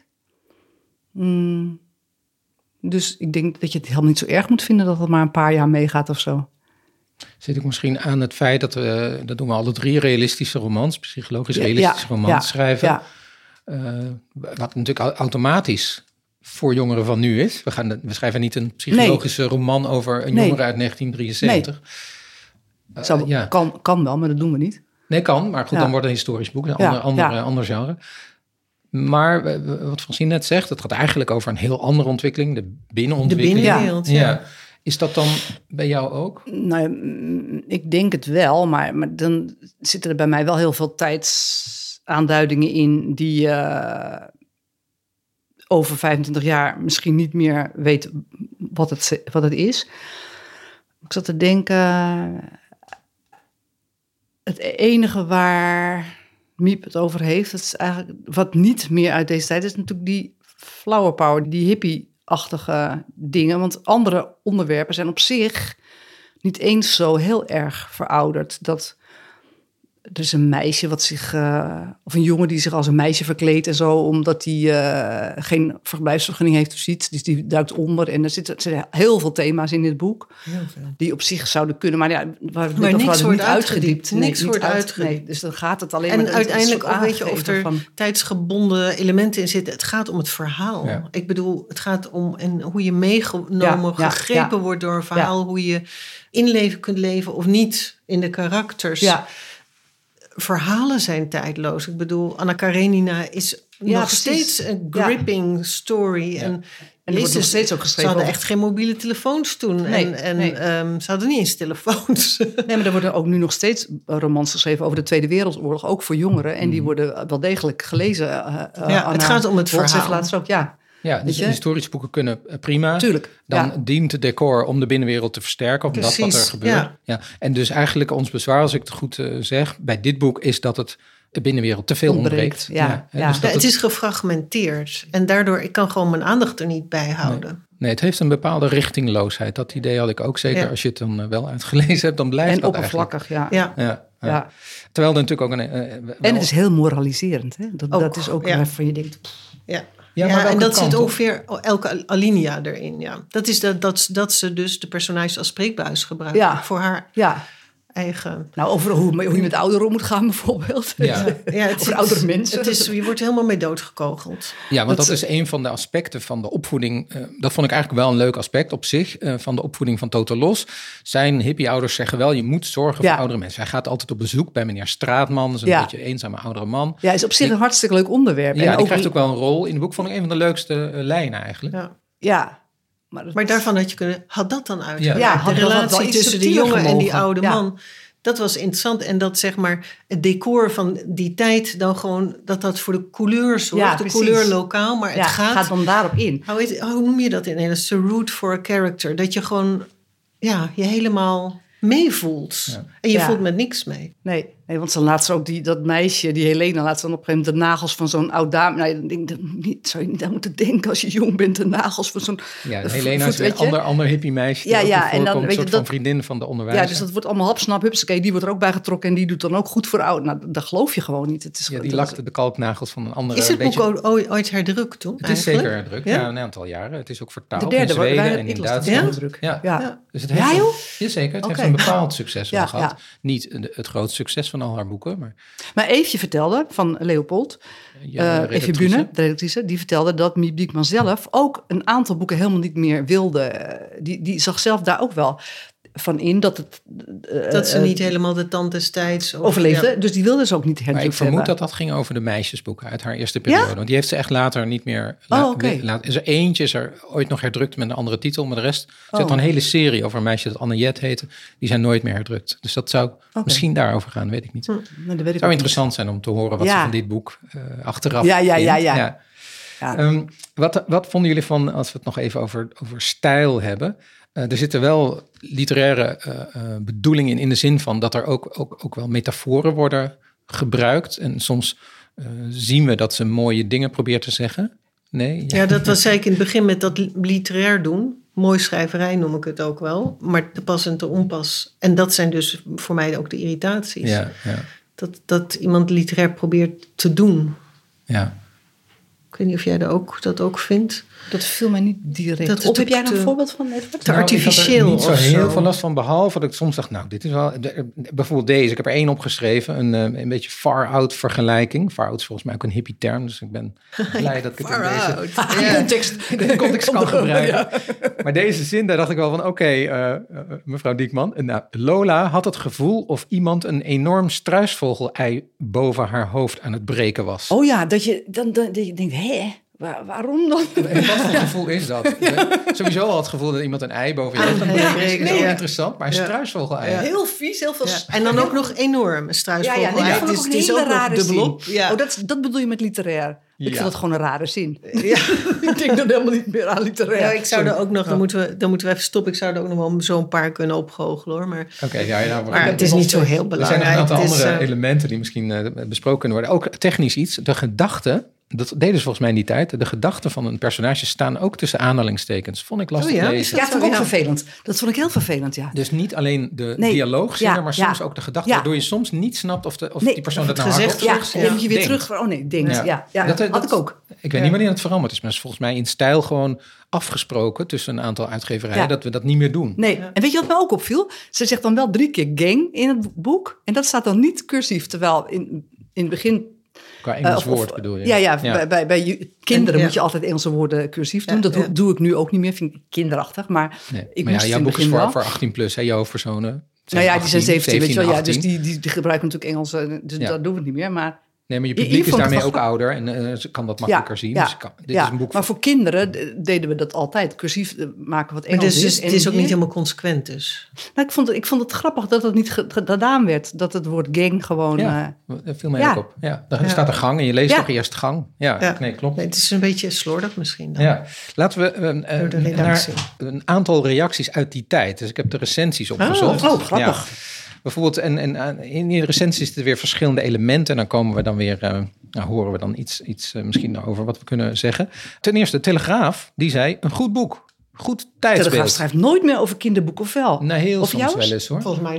Dus ik denk dat je het helemaal niet zo erg moet vinden dat het maar een paar jaar meegaat of zo. Zit ik misschien aan het feit dat dat doen we alle 3, realistische romans, psychologisch realistische romans schrijven. Ja. Wat natuurlijk automatisch voor jongeren van nu is. We schrijven niet een psychologische roman over een jongere uit 1973. Nee. Kan wel, maar dat doen we niet. Nee, kan, maar goed, dan wordt een historisch boek, een ander genre. Maar wat Francine net zegt, het gaat eigenlijk over een heel andere ontwikkeling, de binnenontwikkeling. De binnenwereld, ja. Is dat dan bij jou ook? Nou, ik denk het wel, maar dan zitten er bij mij wel heel veel tijdsaanduidingen in die over 25 jaar misschien niet meer weet wat het is. Ik zat te denken, het enige waar Miep het over heeft, dat is eigenlijk wat niet meer uit deze tijd is, natuurlijk die flower power, die hippie-achtige dingen. Want andere onderwerpen zijn op zich niet eens zo heel erg verouderd. Er is een meisje of een jongen die zich als een meisje verkleedt en zo, omdat hij geen verblijfsvergunning heeft of zoiets. Dus die duikt onder. En er zitten heel veel thema's in dit boek die op zich zouden kunnen. Maar niks wordt uitgediept. Niks wordt uitgediept. Nee, dus dan gaat het alleen maar... En uiteindelijk ook, weet je, of er tijdsgebonden elementen in zitten. Het gaat om het verhaal. Ja. Ik bedoel, het gaat om hoe je meegenomen, gegrepen wordt door een verhaal. Hoe je inleven kunt leven of niet in de karakters. Ja. Verhalen zijn tijdloos. Ik bedoel, Anna Karenina is nog steeds een gripping story. Ja. En er wordt nog steeds ook geschreven. Ze hadden echt geen mobiele telefoons toen. Nee. Ze hadden niet eens telefoons. Nee, maar er worden ook nu nog steeds romans geschreven over de Tweede Wereldoorlog. Ook voor jongeren. En die worden wel degelijk gelezen. Het gaat om het verhaal. Laatst ook, Ja, dus historische boeken kunnen prima. Tuurlijk. Dan dient het decor om de binnenwereld te versterken. Omdat wat er gebeurt. Ja. En dus eigenlijk ons bezwaar, als ik het goed zeg, bij dit boek is dat het de binnenwereld te veel ontbreekt. Dus het is gefragmenteerd. En daardoor, ik kan gewoon mijn aandacht er niet bij houden. Nee, het heeft een bepaalde richtingloosheid. Dat idee had ik ook zeker. Als je het dan wel uitgelezen hebt, dan blijft en dat oppervlakkig, Ja. Terwijl er natuurlijk ook en het is heel moraliserend. Hè? Dat is ook waarvan je denkt... Ja, en dat zit ongeveer elke alinea erin. Ja. Dat is dat ze dus de personages als spreekbuis gebruiken voor haar eigen... Nou, over hoe je met ouderen om moet gaan bijvoorbeeld. Ja. Over oudere mensen. Je wordt helemaal mee doodgekogeld. Ja, want dat is een van de aspecten van de opvoeding. Dat vond ik eigenlijk wel een leuk aspect op zich van de opvoeding van Toto Los. Zijn hippie-ouders zeggen wel, je moet zorgen voor oudere mensen. Hij gaat altijd op bezoek bij meneer Straatman. Dat is een beetje eenzame oudere man. Ja, is op zich een hartstikke leuk onderwerp. Ja, en die krijgt ook wel een rol in het boek. Vond ik een van de leukste lijnen eigenlijk. Ja. Maar daarvan had dat dan uit. Ja, de relatie tussen de jongen en die oude man. Dat was interessant. En dat zeg maar het decor van die tijd dan gewoon... dat voor de couleur zorgt. De couleur lokaal. Maar het gaat dan daarop in. Hoe noem je dat in Nederlands? The root for a character. Dat je gewoon je helemaal meevoelt. Ja. En je voelt met niks mee. Nee, want ze laat ze ook dat meisje, die Helena, laat ze dan op een gegeven moment de nagels van zo'n oud dame. Nou, dan denk ik, zou je niet aan moeten denken als je jong bent, de nagels van zo'n... Ja, Helena is weer een ander hippie meisje. En dan een soort van vriendin van de onderwijzer. Ja, dus dat wordt allemaal hapsnap, hupsakee, die wordt er ook bij getrokken en die doet dan ook goed voor oud. Nou, dat geloof je gewoon niet. Het is die lakte de kalknagels van een andere... Is het boek ooit herdrukt toen? Het is zeker herdrukt, een aantal jaren. Het is ook vertaald in Zweden en in Duitsland. Ja. Dus het heeft Jazeker, het heeft een bepaald succes wel gehad. Niet het grootste succes van al haar boeken, maar Eefje vertelde van Leopold, Eefje Bune, de redactrice, die vertelde dat Miep Diekman zelf ook een aantal boeken helemaal niet meer wilde. Die zag zelf daar ook wel van in dat het... dat ze niet helemaal de tand destijds... overleefde, dus die wilde ze ook niet herdrukt hebben. Maar ik vermoed dat ging over de meisjesboeken uit haar eerste periode. Want die heeft ze echt later niet meer... Is er eentje, is er ooit nog herdrukt met een andere titel, maar de rest... Ze had een hele serie over een meisje dat Anne-Jet heette. Die zijn nooit meer herdrukt. Dus dat zou misschien daarover gaan, weet ik niet. Het zou interessant zijn om te horen wat ze van dit boek achteraf vindt. Wat vonden jullie van, als we het nog even over stijl hebben... Er zitten wel literaire bedoelingen in de zin van dat er ook wel metaforen worden gebruikt. En soms zien we dat ze mooie dingen probeert te zeggen. Nee? Ja, dat was zeker in het begin met dat literair doen. Mooi schrijverij noem ik het ook wel. Maar de pas en de onpas. En dat zijn dus voor mij ook de irritaties. Ja. Dat iemand literair probeert te doen. Ja. Ik weet niet of jij dat ook vindt. Dat viel mij niet direct op. Heb jij daar een voorbeeld van, Edward? Te artificieel ik had er niet zo heel veel last van, behalve dat ik soms dacht... dit is wel... Bijvoorbeeld deze, ik heb er 1 opgeschreven. Een beetje far-out vergelijking. Far-out is volgens mij ook een hippie term. Dus ik ben blij dat ik het in deze context kan gebruiken. Maar deze zin, daar dacht ik wel van... Oké, mevrouw Diekman. Lola had het gevoel of iemand een enorm struisvogel-ei... boven haar hoofd aan het breken was. Oh ja, dat je denkt, hé... Waarom dan? Wat voor gevoel is dat? Sowieso al het gevoel dat iemand een ei boven je hoofd aan het breken is. Heel interessant, maar een struisvogel-ei. Ja. Heel vies, heel veel... En dan ook nog enorm, een struisvogel-ei. Dat vond ik een hele rare zin. Ja. Dat bedoel je met literair? Ik vind dat gewoon een rare zin. Ja. Ik denk dan helemaal niet meer aan literair. Ja, ik zou er ook nog, dan moeten we even stoppen. Ik zou er ook nog wel zo'n paar kunnen opgoochelen hoor. Maar het is niet zo heel belangrijk. Er zijn nog een aantal andere elementen die misschien besproken kunnen worden. Ook technisch iets. De gedachte... Dat deden ze volgens mij in die tijd. De gedachten van een personage staan ook tussen aanhalingstekens. Vond ik lastig lezen. Ja, dat vond ik ook vervelend. Dat vond ik heel vervelend, ja. Dus niet alleen de dialoogzinnen, maar soms ook de gedachten. Waardoor je soms niet snapt of die persoon dat nou hardop zegt. Ja, dan moet je weer terug. Oh nee, denkt. Ja. Dat had ik ook. Ik weet niet wanneer het veranderd is, maar het is volgens mij in stijl gewoon afgesproken tussen een aantal uitgeverijen dat we dat niet meer doen. Nee, en weet je wat mij ook opviel? Ze zegt dan wel 3 keer gang in het boek. En dat staat dan niet cursief, terwijl in het begin... Qua Engels woord bedoel je? Ja. Bij kinderen moet je altijd Engelse woorden cursief doen. Dat doe ik nu ook niet meer. Vind ik kinderachtig. Maar jouw boek is voor 18 plus, hè? Jouw hoofdpersonen. Die zijn 17, weet je wel. Ja, dus die gebruiken natuurlijk Engels. Dus dat doen we niet meer. Maar nee, maar je publiek is daarmee ook ouder en ze kan dat makkelijker zien. Dus dit is een boek maar voor kinderen deden we dat altijd. Cursief maken wat Engels is. Dus het is ook niet helemaal consequent dus. Nou, ik vond het grappig dat het niet gedaan werd. Dat het woord gang gewoon... dat viel mij ook op. Ja, daar staat een gang en je leest toch eerst gang. Ja, nee, klopt. Nee, het is een beetje slordig misschien dan. Ja. Laten we naar een aantal reacties uit die tijd. Dus ik heb de recensies opgezocht. Oh, grappig. Ja. Bijvoorbeeld, en in die recensies zitten weer verschillende elementen. En dan komen we dan weer, horen we dan iets misschien over wat we kunnen zeggen. Ten eerste, Telegraaf, die zei, een goed boek. Goed tijdsbeeld. Telegraaf schrijft nooit meer over kinderboeken of wel? Nee, soms wel eens hoor. Volgens mij niet.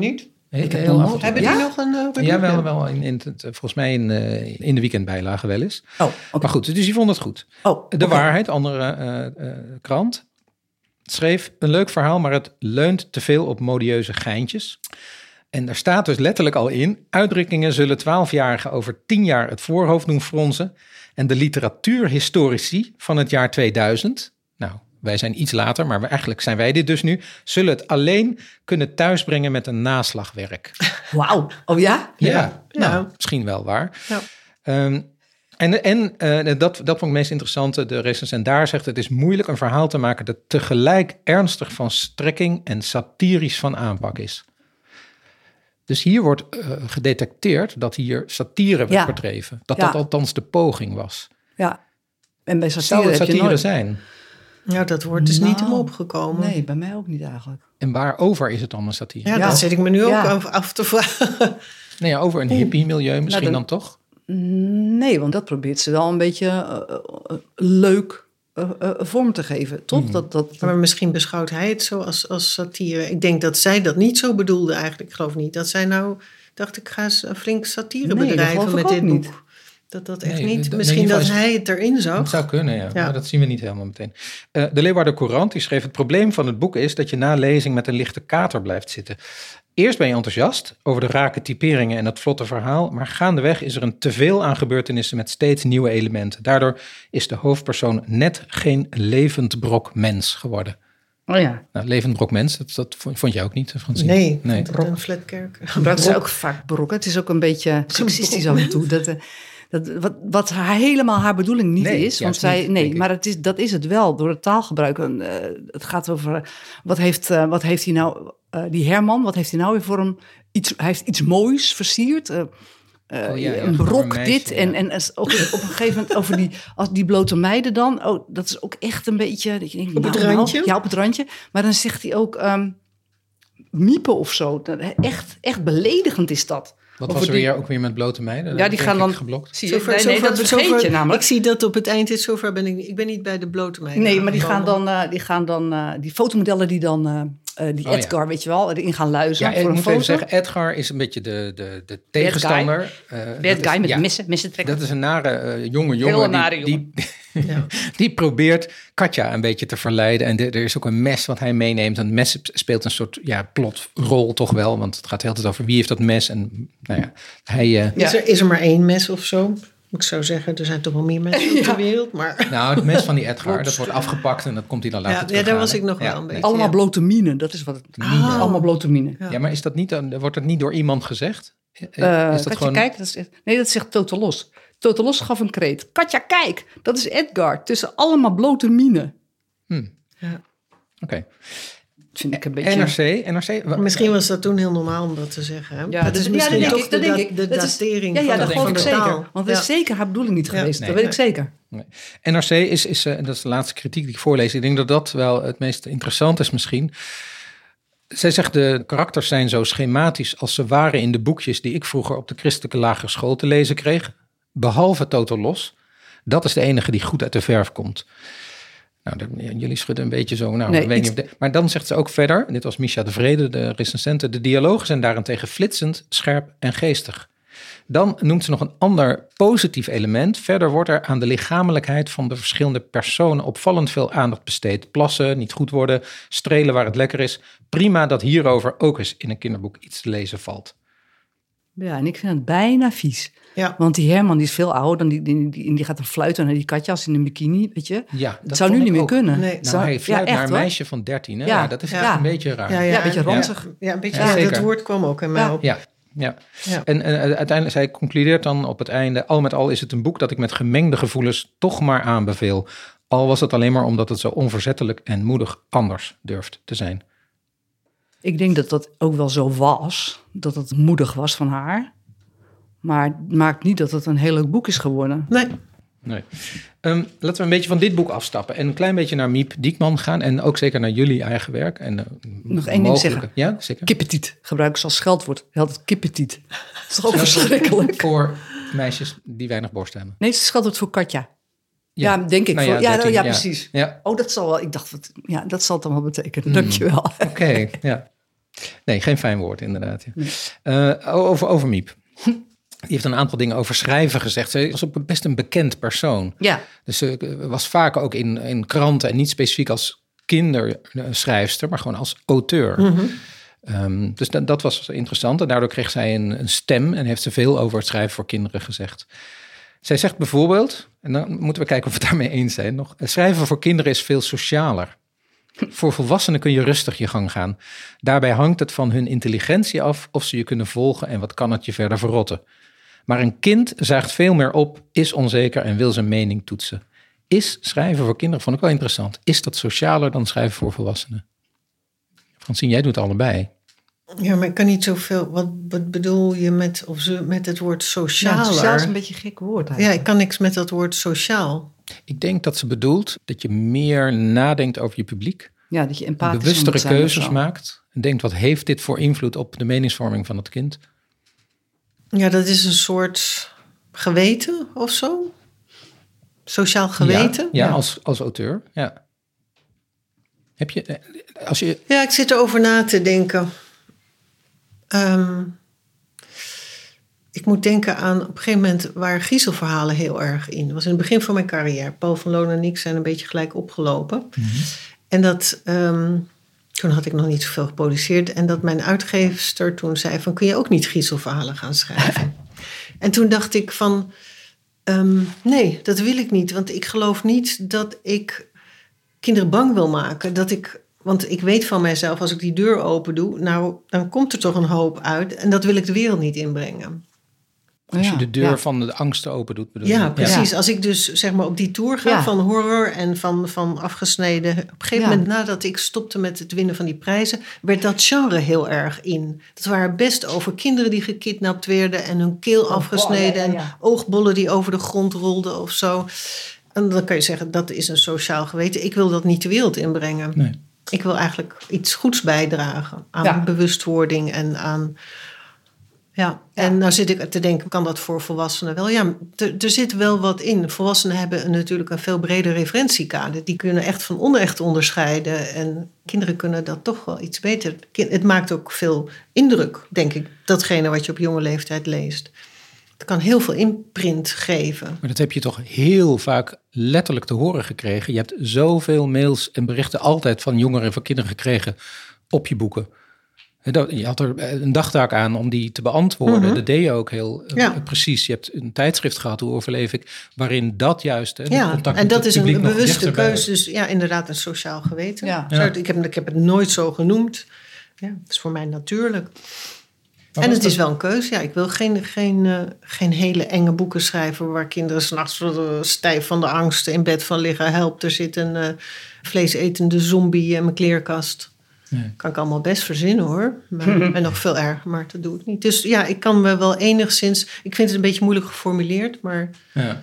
Heel af en toe. Hebben die nog een... Ja, wel volgens mij in de weekendbijlage wel eens. Oh, okay. Maar goed, dus die vond het goed. De Waarheid, andere krant, schreef een leuk verhaal, maar het leunt te veel op modieuze geintjes. En daar staat dus letterlijk al in, uitdrukkingen zullen 12-jarigen over 10 jaar het voorhoofd doen fronsen. En de literatuurhistorici van het jaar 2000, nou, wij zijn iets later, maar eigenlijk zijn wij dit dus nu, zullen het alleen kunnen thuisbrengen met een naslagwerk. Wauw, oh ja? Ja. Nou, misschien wel waar. Ja. Dat vond ik het meest interessante. De recensent daar zegt, het is moeilijk een verhaal te maken dat tegelijk ernstig van strekking en satirisch van aanpak is. Dus hier wordt gedetecteerd dat hier satire werd bedreven. Dat althans de poging was. Ja. En bij zou het satire zijn? Ja, dat wordt dus niet om opgekomen. Nee, bij mij ook niet eigenlijk. En waarover is het dan een satire? Ja, dat zit ik me nu ook af te vragen. Nee, over een hippie-milieu misschien dan toch? Nee, want dat probeert ze wel een beetje leuk vorm te geven, toch? Maar misschien beschouwt hij het zo als satire. Ik denk dat zij dat niet zo bedoelde eigenlijk. Ik geloof niet dat zij nou dacht, ik ga flink satire bedrijven met dit boek. Niet. Dat echt niet. Misschien dat hij het erin zag. Dat zou kunnen, ja. Maar dat zien we niet helemaal meteen. De Leeuwarder Courant die schreef, het probleem van het boek is dat je na lezing met een lichte kater blijft zitten. Eerst ben je enthousiast over de rake typeringen en het vlotte verhaal, maar gaandeweg is er een teveel aan gebeurtenissen met steeds nieuwe elementen. Daardoor is de hoofdpersoon net geen levend brok mens geworden. Oh ja. Nou, levend brok mens, dat vond jij ook niet, Francine? Nee. Een flatkerk. Dat is ook vaak brok. Het is ook een beetje seksistisch af en toe. Wat helemaal haar bedoeling niet is. Want maar dat is het wel door het taalgebruik. Het gaat over, wat heeft hij nou, die Herman, wat heeft hij nou weer voor hem? Hij heeft iets moois versierd. Een brok dit. En ook op een gegeven moment over die blote meiden dan. Oh, dat is ook echt een beetje... Dat je denkt, op het randje? Ja, op het randje. Maar dan zegt hij ook miepen of zo. Echt beledigend is dat. Wat was er ook weer met blote meiden? Ja, die gaan dan geblokt. Dat vergeet je namelijk. Ik zie dat op het eind is, zover ben ik ben niet bij de blote meiden. Nee, maar die gaan dan die fotomodellen die dan Edgar, weet je wel, erin gaan luizen voor een foto. Even zeggen, Edgar is een beetje de tegenstander. Bad guy met messen trekken. Dat is een nare jongen die probeert Katja een beetje te verleiden. En er is ook een mes wat hij meeneemt. Een mes speelt een soort plotrol toch wel. Want het gaat de hele tijd over wie heeft dat mes. En nou ja, hij... Is er maar 1 mes of zo? Ik zou zeggen, er zijn toch wel meer mensen op de wereld. Maar... Nou, het mes van die Edgar, dat wordt afgepakt en dat komt hij dan later terug. Ja, daar was ik nog wel een beetje. Allemaal blote minen, dat is wat het allemaal blote minen. Ja, maar is dat niet, wordt dat niet door iemand gezegd? Is dat gewoon... Kijk, dat zegt Totelos. Totelos gaf een kreet. Katja, kijk, dat is Edgar. Tussen allemaal blote minen. Ja. Oké. Vind ik een beetje... NRC. Misschien was dat toen heel normaal om dat te zeggen. Hè? Ja, dat is misschien toch de datering van dat geloof ik zeker. Taal. Want dat is zeker haar bedoeling niet geweest. Dat weet ik zeker. Nee. NRC is dat is de laatste kritiek die ik voorlees. Ik denk dat wel het meest interessant is misschien. Zij zegt, de karakters zijn zo schematisch als ze waren in de boekjes die ik vroeger op de christelijke lagere school te lezen kreeg. Behalve Totelos. Dat is de enige die goed uit de verf komt. Nou, jullie schudden een beetje zo. Nou, weet niet maar dan zegt ze ook verder, dit was Misha de Vrede, de recensente, de dialogen zijn daarentegen flitsend, scherp en geestig. Dan noemt ze nog een ander positief element. Verder wordt er aan de lichamelijkheid van de verschillende personen opvallend veel aandacht besteed. Plassen, niet goed worden, strelen waar het lekker is. Prima dat hierover ook eens in een kinderboek iets te lezen valt. Ja, en ik vind het bijna vies. Ja. Want die Herman die is veel ouder, dan die gaat dan fluiten naar die katjas in een bikini, weet je. Ja, dat zou nu niet meer kunnen. Nee. Nou, hij fluit naar een meisje van 13, hè? Ja, dat is echt een beetje raar. Ja, een beetje ranzig. Ja, een beetje, dat woord kwam ook in mij op. Ja. En uiteindelijk, zij concludeert dan op het einde, al met al is het een boek dat ik met gemengde gevoelens toch maar aanbeveel. Al was het alleen maar omdat het zo onverzettelijk en moedig anders durft te zijn. Ik denk dat dat ook wel zo was, dat het moedig was van haar. Maar het maakt niet dat het een heel leuk boek is geworden. Nee. Laten we een beetje van dit boek afstappen en een klein beetje naar Miep Diekman gaan. En ook zeker naar jullie eigen werk. En, nog één ding zeggen. Ja, zeker. Kippetiet gebruiken ze als scheldwoord. Hij had het kippetiet. Dat is toch ook verschrikkelijk? Voor meisjes die weinig borst hebben. Nee, het is een scheldwoord voor Katja. Ja, denk ik. Nou ja, precies. Ja. Oh, dat zal wel. Ik dacht, dat zal het dan wel betekenen. Dankjewel. Oké, ja. Nee, geen fijn woord inderdaad. Ja. Over Miep. Die heeft een aantal dingen over schrijven gezegd. Ze was ook best een bekend persoon. Ja. Dus ze was vaak ook in kranten en niet specifiek als kinderschrijfster, maar gewoon als auteur. Mm-hmm. Dus dat was interessant. En daardoor kreeg zij een stem en heeft ze veel over het schrijven voor kinderen gezegd. Zij zegt bijvoorbeeld, en dan moeten we kijken of we het daarmee eens zijn nog, schrijven voor kinderen is veel socialer. Voor volwassenen kun je rustig je gang gaan. Daarbij hangt het van hun intelligentie af of ze je kunnen volgen en wat kan het je verder verrotten. Maar een kind zuigt veel meer op, is onzeker en wil zijn mening toetsen. Is schrijven voor kinderen, vond ik wel interessant, is dat socialer dan schrijven voor volwassenen? Francine, jij doet allebei. Ja, maar ik kan niet zoveel. Wat bedoel je met het woord socialer? Ja, sociaal is een beetje een gek woord eigenlijk. Ja, ik kan niks met dat woord sociaal. Ik denk dat ze bedoelt dat je meer nadenkt over je publiek. Ja, dat je empathisch bewustere keuzes maakt. En denkt, wat heeft dit voor invloed op de meningsvorming van het kind? Ja, dat is een soort geweten of zo. Sociaal geweten. Ja. Als auteur, ja. Heb je, als je... Ja, ik zit erover na te denken. Ik moet denken aan, op een gegeven moment waren griezelverhalen heel erg in. Dat was in het begin van mijn carrière. Paul van Loon en ik zijn een beetje gelijk opgelopen. Mm-hmm. En dat, toen had ik nog niet zoveel geproduceerd. En dat mijn uitgeefster toen zei van, kun je ook niet griezelverhalen gaan schrijven? En toen dacht ik van, nee, dat wil ik niet. Want ik geloof niet dat ik kinderen bang wil maken. Want ik weet van mijzelf, als ik die deur open doe, nou, dan komt er toch een hoop uit. En dat wil ik de wereld niet inbrengen. Als je de deur van de angsten open doet, bedoel je? Ja, precies. Ja. Als ik dus zeg maar op die tour ga van horror en van afgesneden. Op een gegeven moment, nadat ik stopte met het winnen van die prijzen, werd dat genre heel erg in. Dat waren best over kinderen die gekidnapt werden en hun keel afgesneden en oogbollen die over de grond rolden of zo. En dan kan je zeggen, dat is een sociaal geweten. Ik wil dat niet de wereld inbrengen. Nee. Ik wil eigenlijk iets goeds bijdragen aan bewustwording en aan... Ja, en nou zit ik te denken, kan dat voor volwassenen wel? Ja, er zit wel wat in. Volwassenen hebben natuurlijk een veel breder referentiekader. Die kunnen echt van onecht onderscheiden. En kinderen kunnen dat toch wel iets beter. Het maakt ook veel indruk, denk ik, datgene wat je op jonge leeftijd leest. Het kan heel veel imprint geven. Maar dat heb je toch heel vaak letterlijk te horen gekregen. Je hebt zoveel mails en berichten altijd van jongeren en van kinderen gekregen op je boeken. Je had er een dagtaak aan om die te beantwoorden. Mm-hmm. Dat deed je ook heel precies. Je hebt een tijdschrift gehad, Hoe overleef ik, waarin dat juist... en dat is een bewuste keuze. Dus ja, inderdaad een sociaal geweten. Ja. Ik heb het nooit zo genoemd. Ja, het is voor mij natuurlijk. En het is wel een keuze. Ja, ik wil geen hele enge boeken schrijven waar kinderen 's nachts stijf van de angst in bed van liggen. Help, er zit een vleesetende zombie in mijn kleerkast. Nee. Kan ik allemaal best verzinnen hoor. En nog veel erger, maar dat doe ik niet. Dus ja, ik kan me wel enigszins... Ik vind het een beetje moeilijk geformuleerd, maar... Ja.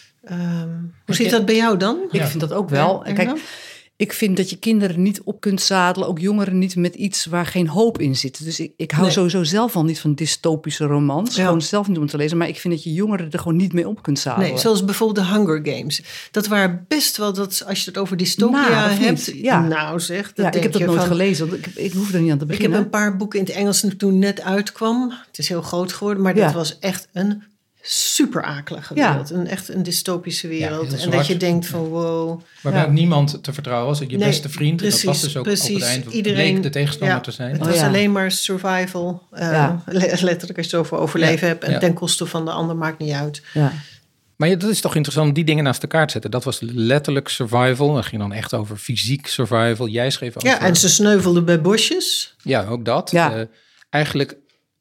Hoe zit dat bij jou dan? Ik vind dat ook wel. Ja, kijk, ik vind dat je kinderen niet op kunt zadelen, ook jongeren niet, met iets waar geen hoop in zit. Dus ik hou sowieso zelf al niet van dystopische romans. Ja. Gewoon zelf niet om te lezen. Maar ik vind dat je jongeren er gewoon niet mee op kunt zadelen. Nee, zoals bijvoorbeeld de Hunger Games. Dat waren best wel, als je het over dystopia hebt. Ja. Nou zeg. Ik heb dat nooit gelezen. Want ik hoef er niet aan te beginnen. Ik heb een paar boeken in het Engels toen net uitkwam. Het is heel groot geworden, maar dat was echt een super akelige wereld. Echt een dystopische wereld. En dat je denkt van wow. Waarbij ook niemand te vertrouwen was. Je beste vriend. Precies, dat was dus ook op het eind. Iedereen bleek de tegenstander te zijn. Het was alleen maar survival. Letterlijk als je het over overleven hebt. En ten koste van de ander maakt niet uit. Ja. Maar dat is toch interessant, die dingen naast elkaar te zetten. Dat was letterlijk survival. Dat ging dan echt over fysiek survival. Jij schreef over... Ja, en ze sneuvelden bij bosjes. Ja, ook dat. Ja. Eigenlijk...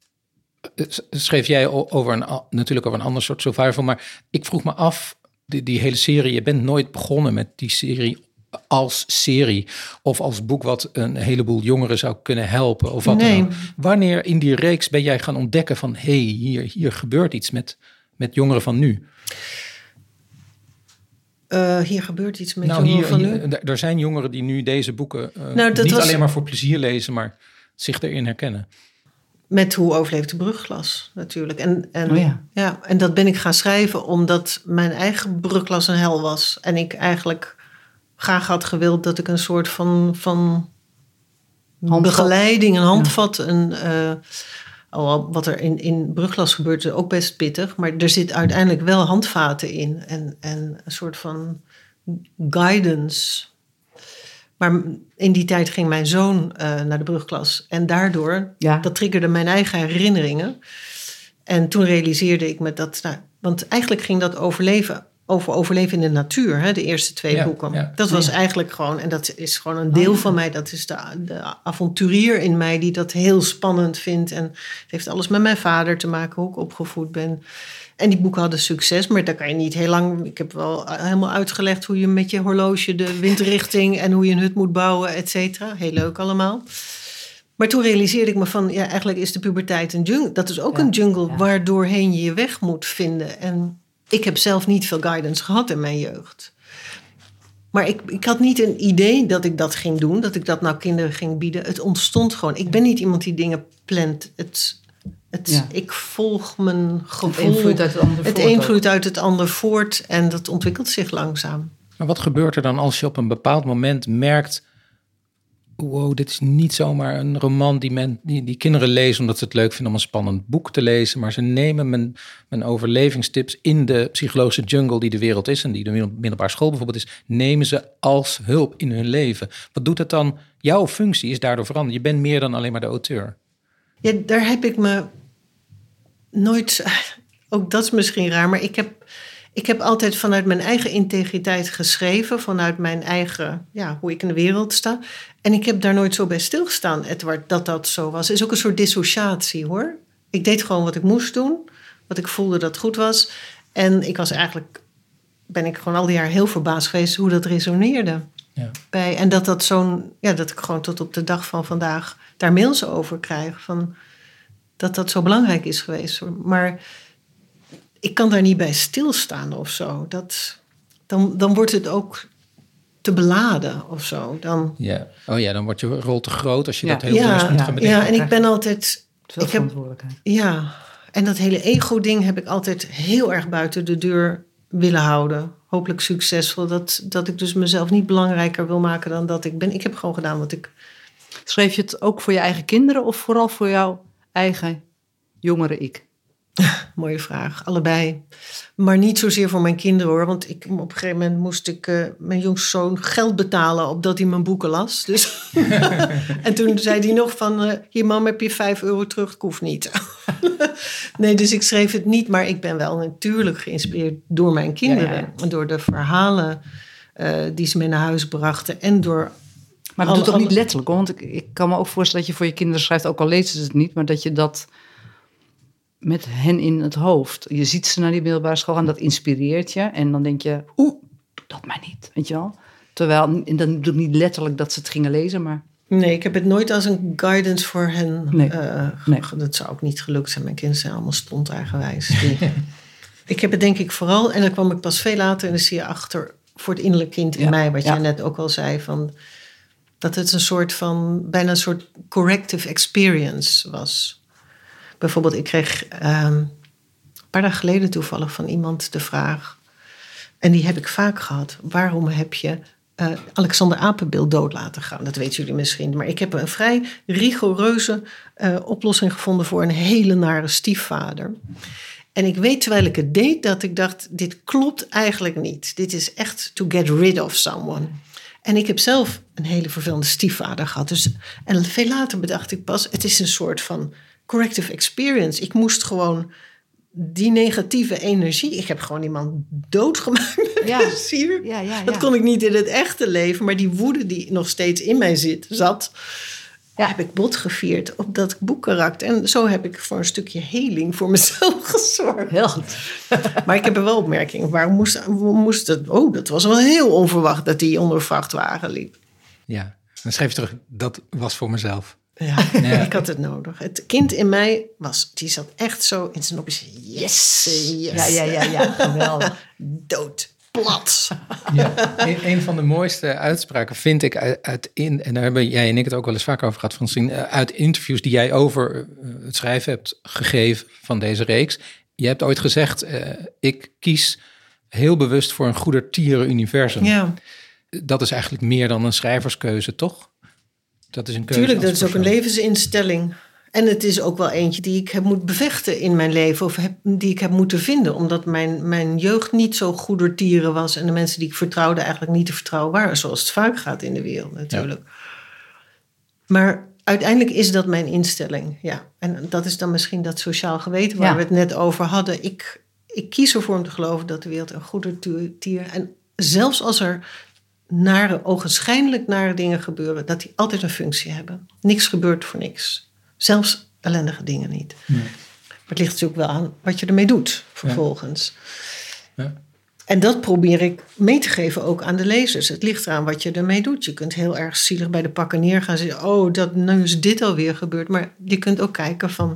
schreef jij natuurlijk over een ander soort survival. Maar ik vroeg me af, die hele serie... Je bent nooit begonnen met die serie als serie. Of als boek wat een heleboel jongeren zou kunnen helpen. Of wat dan ook. Wanneer in die reeks ben jij gaan ontdekken van... hier gebeurt iets met jongeren van nu? Hier gebeurt iets met jongeren van nu? Er zijn jongeren die nu deze boeken... niet alleen maar voor plezier lezen... maar zich erin herkennen. Met Hoe overleeft de brugglas natuurlijk. En dat ben ik gaan schrijven omdat mijn eigen brugglas een hel was. En ik eigenlijk graag had gewild dat ik een soort van begeleiding, een handvat. Wat er in brugklas gebeurt is ook best pittig. Maar er zit uiteindelijk wel handvaten in. En een soort van guidance. Maar in die tijd ging mijn zoon naar de brugklas. En daardoor, dat triggerde mijn eigen herinneringen. En toen realiseerde ik me dat... want eigenlijk ging dat over overleven in de natuur. Hè, de eerste 2 boeken. Ja. Dat was eigenlijk gewoon... En dat is gewoon een deel van mij. Dat is de avonturier in mij die dat heel spannend vindt. En het heeft alles met mijn vader te maken. Hoe ik opgevoed ben. En die boeken hadden succes. Maar daar kan je niet heel lang... Ik heb wel helemaal uitgelegd hoe je met je horloge de windrichting... en hoe je een hut moet bouwen, et cetera. Heel leuk allemaal. Maar toen realiseerde ik me van... eigenlijk is de puberteit een jungle. Dat is ook een jungle waardoorheen je je weg moet vinden. En ik heb zelf niet veel guidance gehad in mijn jeugd. Maar ik had niet een idee dat ik dat ging doen. Dat ik dat nou kinderen ging bieden. Het ontstond gewoon. Ik ben niet iemand die dingen plant. Ik volg mijn gevoel. Het een vloeit uit het ander voort. En dat ontwikkelt zich langzaam. Maar wat gebeurt er dan als je op een bepaald moment merkt... wow, dit is niet zomaar een roman die kinderen lezen... omdat ze het leuk vinden om een spannend boek te lezen... maar ze nemen mijn overlevingstips in de psychologische jungle die de wereld is... en die de middelbare school bijvoorbeeld is... nemen ze als hulp in hun leven. Wat doet het dan? Jouw functie is daardoor veranderd. Je bent meer dan alleen maar de auteur. Ja, daar heb ik me nooit... Ook dat is misschien raar, maar ik heb altijd vanuit mijn eigen integriteit geschreven... vanuit mijn eigen, hoe ik in de wereld sta... En ik heb daar nooit zo bij stilgestaan, Edward, dat zo was. Het is ook een soort dissociatie, hoor. Ik deed gewoon wat ik moest doen. Wat ik voelde dat goed was. En ben ik gewoon al die jaar heel verbaasd geweest hoe dat resoneerde. Ja. En dat ik gewoon tot op de dag van vandaag daar mails over krijg. Van dat zo belangrijk is geweest. Maar ik kan daar niet bij stilstaan of zo. Dan wordt het ook... te beladen of zo. Dan wordt je rol te groot als je dat heel bewust moet gaan bedenken. Ja, en ik ben altijd... Veel verantwoordelijkheid. En dat hele ego-ding heb ik altijd heel erg buiten de deur willen houden. Hopelijk succesvol. Dat ik dus mezelf niet belangrijker wil maken dan dat ik ben. Ik heb gewoon gedaan wat ik... Schreef je het ook voor je eigen kinderen of vooral voor jouw eigen jongere ik? Mooie vraag, allebei. Maar niet zozeer voor mijn kinderen, hoor. Want op een gegeven moment moest ik mijn jongste zoon geld betalen... opdat hij mijn boeken las. Dus en toen zei hij nog van... hier mam, heb je €5 terug? Ik hoef niet. Nee, dus ik schreef het niet. Maar ik ben wel natuurlijk geïnspireerd door mijn kinderen. Ja. Door de verhalen die ze mee naar huis brachten. En door... Maar dat doet toch niet letterlijk, hoor? Want ik kan me ook voorstellen dat je voor je kinderen schrijft... ook al lezen ze het niet, maar dat je dat... met hen in het hoofd. Je ziet ze naar die middelbare school gaan, dat inspireert je. En dan denk je, doe dat maar niet, weet je wel. Terwijl, en dan bedoel ik niet letterlijk dat ze het gingen lezen, maar... Nee, ik heb het nooit als een guidance voor hen. Nee. Dat zou ook niet gelukt zijn. Mijn kinderen zijn allemaal stond eigenwijs. Ik heb het denk ik vooral, en dan kwam ik pas veel later... en dan zie je achter voor het innerlijk kind in mij... wat jij net ook al zei, van dat het een soort van... bijna een soort corrective experience was... Bijvoorbeeld, ik kreeg een paar dagen geleden toevallig van iemand de vraag... en die heb ik vaak gehad. Waarom heb je Alexander Apenbeeld dood laten gaan? Dat weten jullie misschien. Maar ik heb een vrij rigoureuze oplossing gevonden... voor een hele nare stiefvader. En ik weet, terwijl ik het deed, dat ik dacht... dit klopt eigenlijk niet. Dit is echt to get rid of someone. En ik heb zelf een hele vervelende stiefvader gehad. Dus, en veel later bedacht ik pas... het is een soort van... corrective experience. Ik moest gewoon die negatieve energie... Ik heb gewoon iemand doodgemaakt met plezier. Ja. Dat kon ik niet in het echte leven. Maar die woede die nog steeds in mij zat... heb ik botgevierd op dat boekkarakter. En zo heb ik voor een stukje heling voor mezelf gezorgd. Heel goed. Maar ik heb er wel opmerkingen. Waarom moest het... dat was wel heel onverwacht dat hij onder een vrachtwagen liep. Ja, dan schreef je terug, dat was voor mezelf. Ja, ik had het nodig. Het kind in mij die zat echt zo in zijn opjes. Yes. Ja, geweldig. Dood, plat. Ja, een van de mooiste uitspraken vind ik en daar hebben jij en ik het ook wel eens vaak over gehad, Francine, uit interviews die jij over het schrijven hebt gegeven van deze reeks. Je hebt ooit gezegd, ik kies heel bewust voor een goedertieren universum. Ja. Dat is eigenlijk meer dan een schrijverskeuze, toch? Dat is een keuze. Tuurlijk, dat is ook een levensinstelling. En het is ook wel eentje die ik heb moeten bevechten in mijn leven. Of die ik heb moeten vinden. Omdat mijn jeugd niet zo goedertieren was. En de mensen die ik vertrouwde eigenlijk niet te vertrouwen waren. Zoals het vaak gaat in de wereld natuurlijk. Ja. Maar uiteindelijk is dat mijn instelling. Ja. En dat is dan misschien dat sociaal geweten waar we het net over hadden. Ik kies ervoor om te geloven dat de wereld een goedertier. En zelfs als er ogenschijnlijk nare dingen gebeuren. Dat die altijd een functie hebben. Niks gebeurt voor niks. Zelfs ellendige dingen niet. Nee. Maar het ligt natuurlijk wel aan wat je ermee doet vervolgens. Ja. En dat probeer ik mee te geven ook aan de lezers. Het ligt eraan wat je ermee doet. Je kunt heel erg zielig bij de pakken neer gaan zeggen... nu is dit alweer gebeurd. Maar je kunt ook kijken van...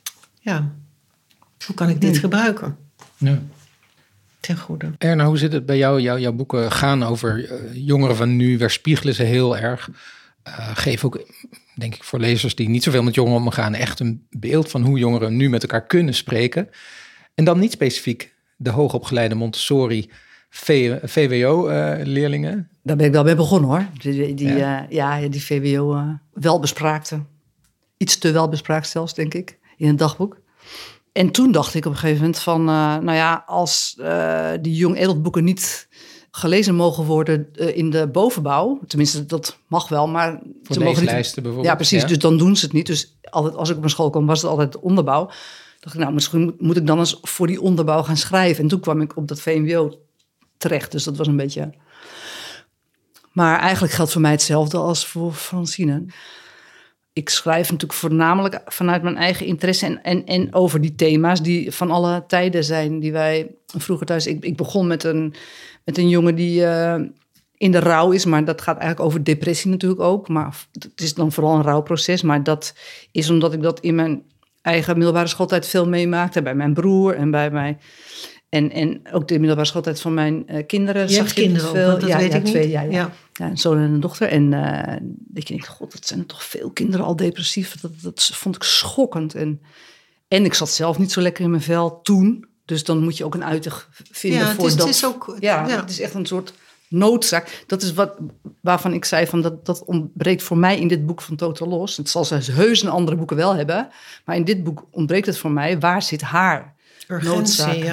hoe kan ik dit gebruiken? Ja. Ten goede. Erna, hoe zit het bij jou? Jouw boeken gaan over jongeren van nu. Weerspiegelen ze heel erg. Geef ook, denk ik, voor lezers die niet zoveel met jongeren omgaan... echt een beeld van hoe jongeren nu met elkaar kunnen spreken. En dan niet specifiek de hoogopgeleide Montessori VWO-leerlingen. Daar ben ik wel mee begonnen, hoor. Die VWO welbespraakte. Iets te welbespraakt zelfs, denk ik, in een dagboek. En toen dacht ik op een gegeven moment van... als die young adult boeken niet gelezen mogen worden in de bovenbouw... tenminste, dat mag wel, maar... Voor ze mogen niet, bijvoorbeeld. Ja, precies, dus dan doen ze het niet. Dus altijd, als ik op mijn school kwam, was het altijd onderbouw. Dacht ik, misschien moet ik dan eens voor die onderbouw gaan schrijven. En toen kwam ik op dat VMBO terecht, dus dat was een beetje... Maar eigenlijk geldt voor mij hetzelfde als voor Francine. Ik schrijf natuurlijk voornamelijk vanuit mijn eigen interesse... en over die thema's die van alle tijden zijn... die wij vroeger thuis... Ik begon met een jongen die in de rouw is... maar dat gaat eigenlijk over depressie natuurlijk ook. Maar het is dan vooral een rouwproces. Maar dat is omdat ik dat in mijn eigen middelbare schooltijd veel meemaakte... bij mijn broer en bij mij... En ook de middelbare schooltijd van mijn kinderen. Je hebt kinderen veel. Ook, dat weet ik 2, niet. Ja, een zoon en een dochter. En dat je denkt, god, dat zijn er toch veel kinderen al depressief. Dat vond ik schokkend. En ik zat zelf niet zo lekker in mijn vel toen. Dus dan moet je ook een uitweg vinden voor dat. Het is ook, het is echt een soort noodzaak. Dat is waarvan ik zei, van dat ontbreekt voor mij in dit boek van Total Los. Het zal ze heus in andere boeken wel hebben. Maar in dit boek ontbreekt het voor mij. Waar zit haar urgentie?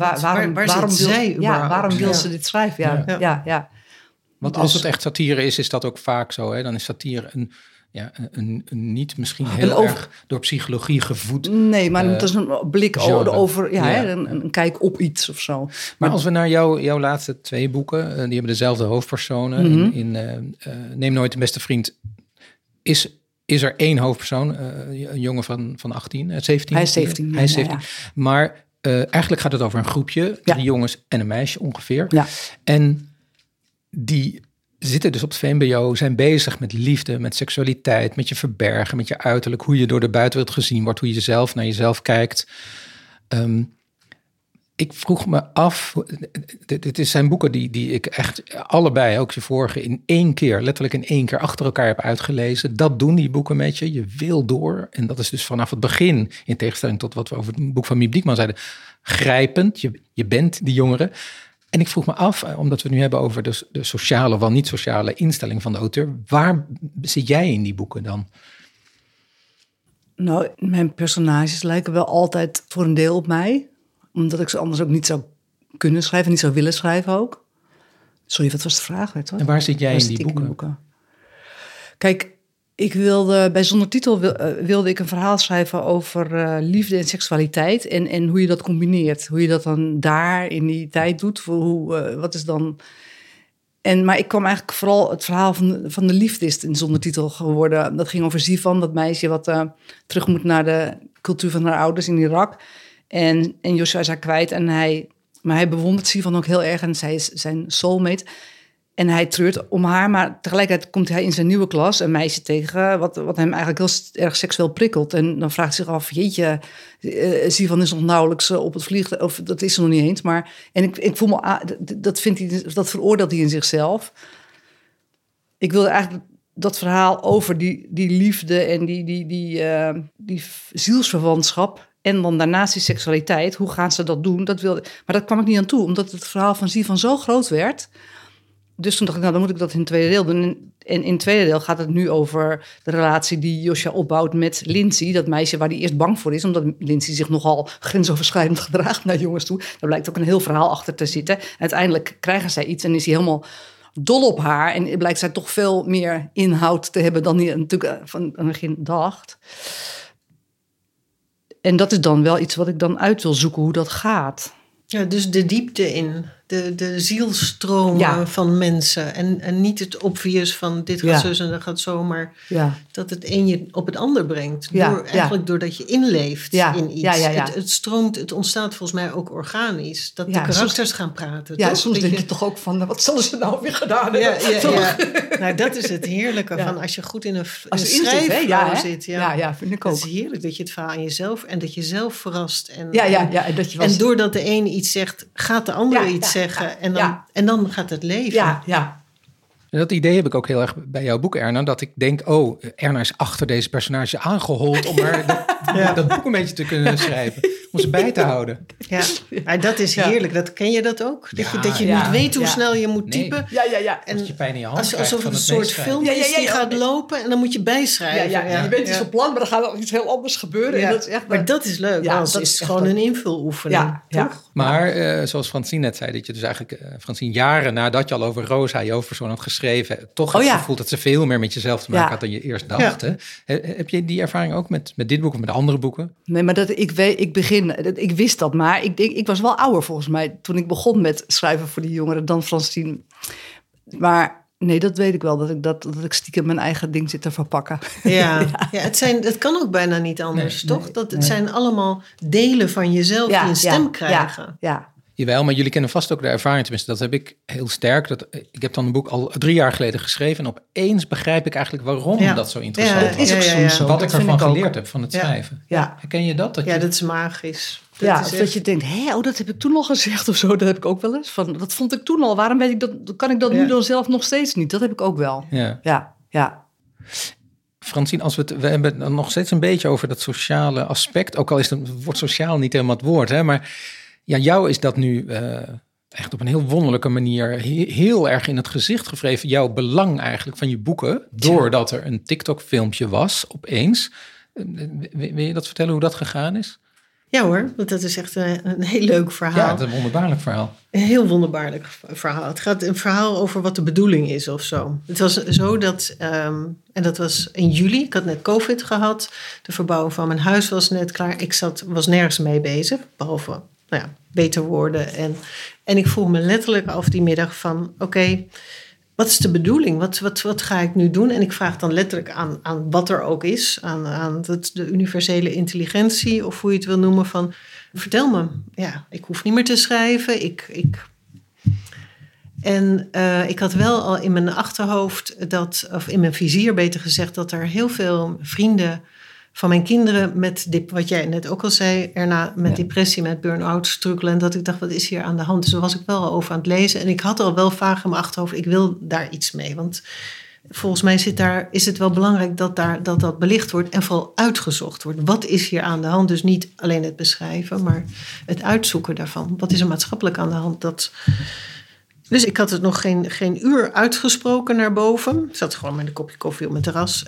Waarom wil ze dit schrijven? Ja. Want als het echt satire is dat ook vaak zo. Hè? Dan is satire een niet misschien heel erg door psychologie gevoed. Nee, maar het is een blik over, een kijk op iets of zo. Maar als we naar jouw laatste 2 boeken, die hebben dezelfde hoofdpersonen. Mm-hmm. In Neem nooit een beste vriend is er 1 hoofdpersoon, een jongen van 18, 17. Hij is 17. Hij is 17. Ja. Maar eigenlijk gaat het over een groepje, 3 jongens en een meisje ongeveer. Ja. En die zitten dus op het VMBO, zijn bezig met liefde, met seksualiteit, met je verbergen, met je uiterlijk, hoe je door de buitenwereld gezien wordt, hoe je zelf naar jezelf kijkt. Ik vroeg me af, dit zijn boeken die ik echt allebei, ook je vorige, letterlijk in 1 keer achter elkaar heb uitgelezen. Dat doen die boeken met je. Je wil door. En dat is dus vanaf het begin, in tegenstelling tot wat we over het boek van Miep Diekman zeiden, grijpend. Je bent die jongere. En ik vroeg me af, omdat we het nu hebben over de sociale, wel niet sociale instelling van de auteur. Waar zit jij in die boeken dan? Nou, mijn personages lijken wel altijd voor een deel op mij. Omdat ik ze anders ook niet zou kunnen schrijven, niet zou willen schrijven ook. Sorry, wat was de vraag? Weet, en waar zit jij in die boeken? Kijk, ik wilde bij Zonder Titel wilde ik een verhaal schrijven over liefde en seksualiteit. En hoe je dat combineert. Hoe je dat dan daar in die tijd doet. Wat is dan... Maar ik kwam eigenlijk vooral het verhaal van de liefde is in Zonder Titel geworden. Dat ging over Sivan, dat meisje wat terug moet naar de cultuur van haar ouders in Irak. En Joshua is haar kwijt. Maar hij bewondert Sivan ook heel erg. En zij is zijn soulmate. En hij treurt om haar. Maar tegelijkertijd komt hij in zijn nieuwe klas een meisje tegen. Wat hem eigenlijk heel erg seksueel prikkelt. En dan vraagt hij zich af, jeetje, Sivan is nog nauwelijks op het vliegtuig. Of dat is ze nog niet eens. En ik voel me, dat veroordeelt hij in zichzelf. Ik wilde eigenlijk dat verhaal over die liefde en die zielsverwantschap. En dan daarnaast die seksualiteit. Hoe gaan ze dat doen? Maar dat kwam ik niet aan toe. Omdat het verhaal van Sivan zo groot werd, Dus toen dacht ik, nou, dan moet ik dat in het tweede deel doen. En in het tweede deel gaat het nu over de relatie die Josja opbouwt met Lindsay. Dat meisje waar hij eerst bang voor is. Omdat Lindsay zich nogal grensoverschrijdend gedraagt naar jongens toe. Daar blijkt ook een heel verhaal achter te zitten. Uiteindelijk krijgen zij iets en is hij helemaal dol op haar. En blijkt zij toch veel meer inhoud te hebben dan hij natuurlijk van het begin dacht. En dat is dan wel iets wat ik dan uit wil zoeken, hoe dat gaat. Ja, dus de diepte in, de zielstromen van mensen. En niet het obvious van dit gaat zo en dat gaat zo, maar dat het een je op het ander brengt. Eigenlijk doordat je inleeft in iets. Het stroomt, het ontstaat volgens mij ook organisch. Dat de karakters gaan praten. Ja, soms denk je toch ook van, wat zullen ze nou weer gedaan hebben? Nou, dat is het heerlijke van als je goed in een schrijfflow zit. Ja, vind ik ook. Het is heerlijk dat je het verhaal aan jezelf en dat je zelf verrast. En en doordat de ene iets zegt, gaat de andere iets zeggen. En dan gaat het leven. Ja. Dat idee heb ik ook heel erg bij jouw boek, Erna. Dat ik denk, Erna is achter deze personage aangehold om maar dat boek een beetje te kunnen schrijven. Om ze bij te houden. Ja, maar dat is heerlijk. Ken je dat ook? Dat je niet weet hoe snel je moet typen. Ja. En je pijn in je hand krijgt alsof het een soort film is die gaat lopen en dan moet je bijschrijven. Je bent iets van plan, maar dan gaat er iets heel anders gebeuren. En dat is echt maar dat is leuk. Dat is gewoon een invuloefening. Toch? Maar zoals Francine net zei, dat je dus eigenlijk, Francine, jaren nadat je al over Rosa, je hoofdpersoon, had geschreven, toch het gevoel dat ze veel meer met jezelf te maken had dan je eerst dacht. Hè? Heb je die ervaring ook met dit boek of met andere boeken? Nee, maar ik wist dat, maar ik was wel ouder volgens mij toen ik begon met schrijven voor die jongeren dan Francine. Maar nee, dat weet ik wel, dat ik stiekem mijn eigen ding zit te verpakken. Het kan ook bijna niet anders, toch? Het zijn allemaal delen van jezelf die een stem krijgen. Ja. Jawel, maar jullie kennen vast ook de ervaring, tenminste, dat heb ik heel sterk. Ik heb dan een boek al 3 jaar geleden geschreven en opeens begrijp ik eigenlijk waarom dat zo interessant was. Het is ook soms zo. Wat ik ervan geleerd heb van het schrijven. Ja. Herken je dat? Dat is magisch. Dat je denkt, dat heb ik toen al gezegd of zo. Dat heb ik ook wel eens. Dat vond ik toen al. Waarom weet ik dat? Kan ik dat nu dan zelf nog steeds niet? Dat heb ik ook wel. Ja. Francine, we hebben het nog steeds een beetje over dat sociale aspect. Ook al is het woord sociaal niet helemaal het woord, hè, maar jou is dat nu echt op een heel wonderlijke manier heel erg in het gezicht gevreven. Jouw belang eigenlijk van je boeken, doordat er een TikTok-filmpje was opeens. Wil je dat vertellen hoe dat gegaan is? Ja hoor, want dat is echt een heel leuk verhaal. Ja, het is een wonderbaarlijk verhaal. Een heel wonderbaarlijk verhaal. Het gaat een verhaal over wat de bedoeling is of zo. Het was zo dat, en dat was in juli, ik had net COVID gehad. De verbouwing van mijn huis was net klaar. Ik was nergens mee bezig, behalve beter worden. En ik vroeg me letterlijk af die middag van, oké, wat is de bedoeling? Wat ga ik nu doen? En ik vraag dan letterlijk aan wat er ook is. Aan de universele intelligentie, of hoe je het wil noemen. Van, vertel me. Ja, ik hoef niet meer te schrijven. Ik had wel al in mijn achterhoofd, of in mijn vizier beter gezegd, dat er heel veel vrienden van mijn kinderen met wat jij net ook al zei, Erna, met depressie, met burn-out struggelen. En dat ik dacht, wat is hier aan de hand? Dus daar was ik wel over aan het lezen. En ik had al wel vaag in mijn achterhoofd, ik wil daar iets mee. Want volgens mij is het wel belangrijk dat belicht wordt en vooral uitgezocht wordt. Wat is hier aan de hand? Dus niet alleen het beschrijven, maar het uitzoeken daarvan. Wat is er maatschappelijk aan de hand? Dus ik had het nog geen uur uitgesproken naar boven. Ik zat gewoon met een kopje koffie op mijn terras.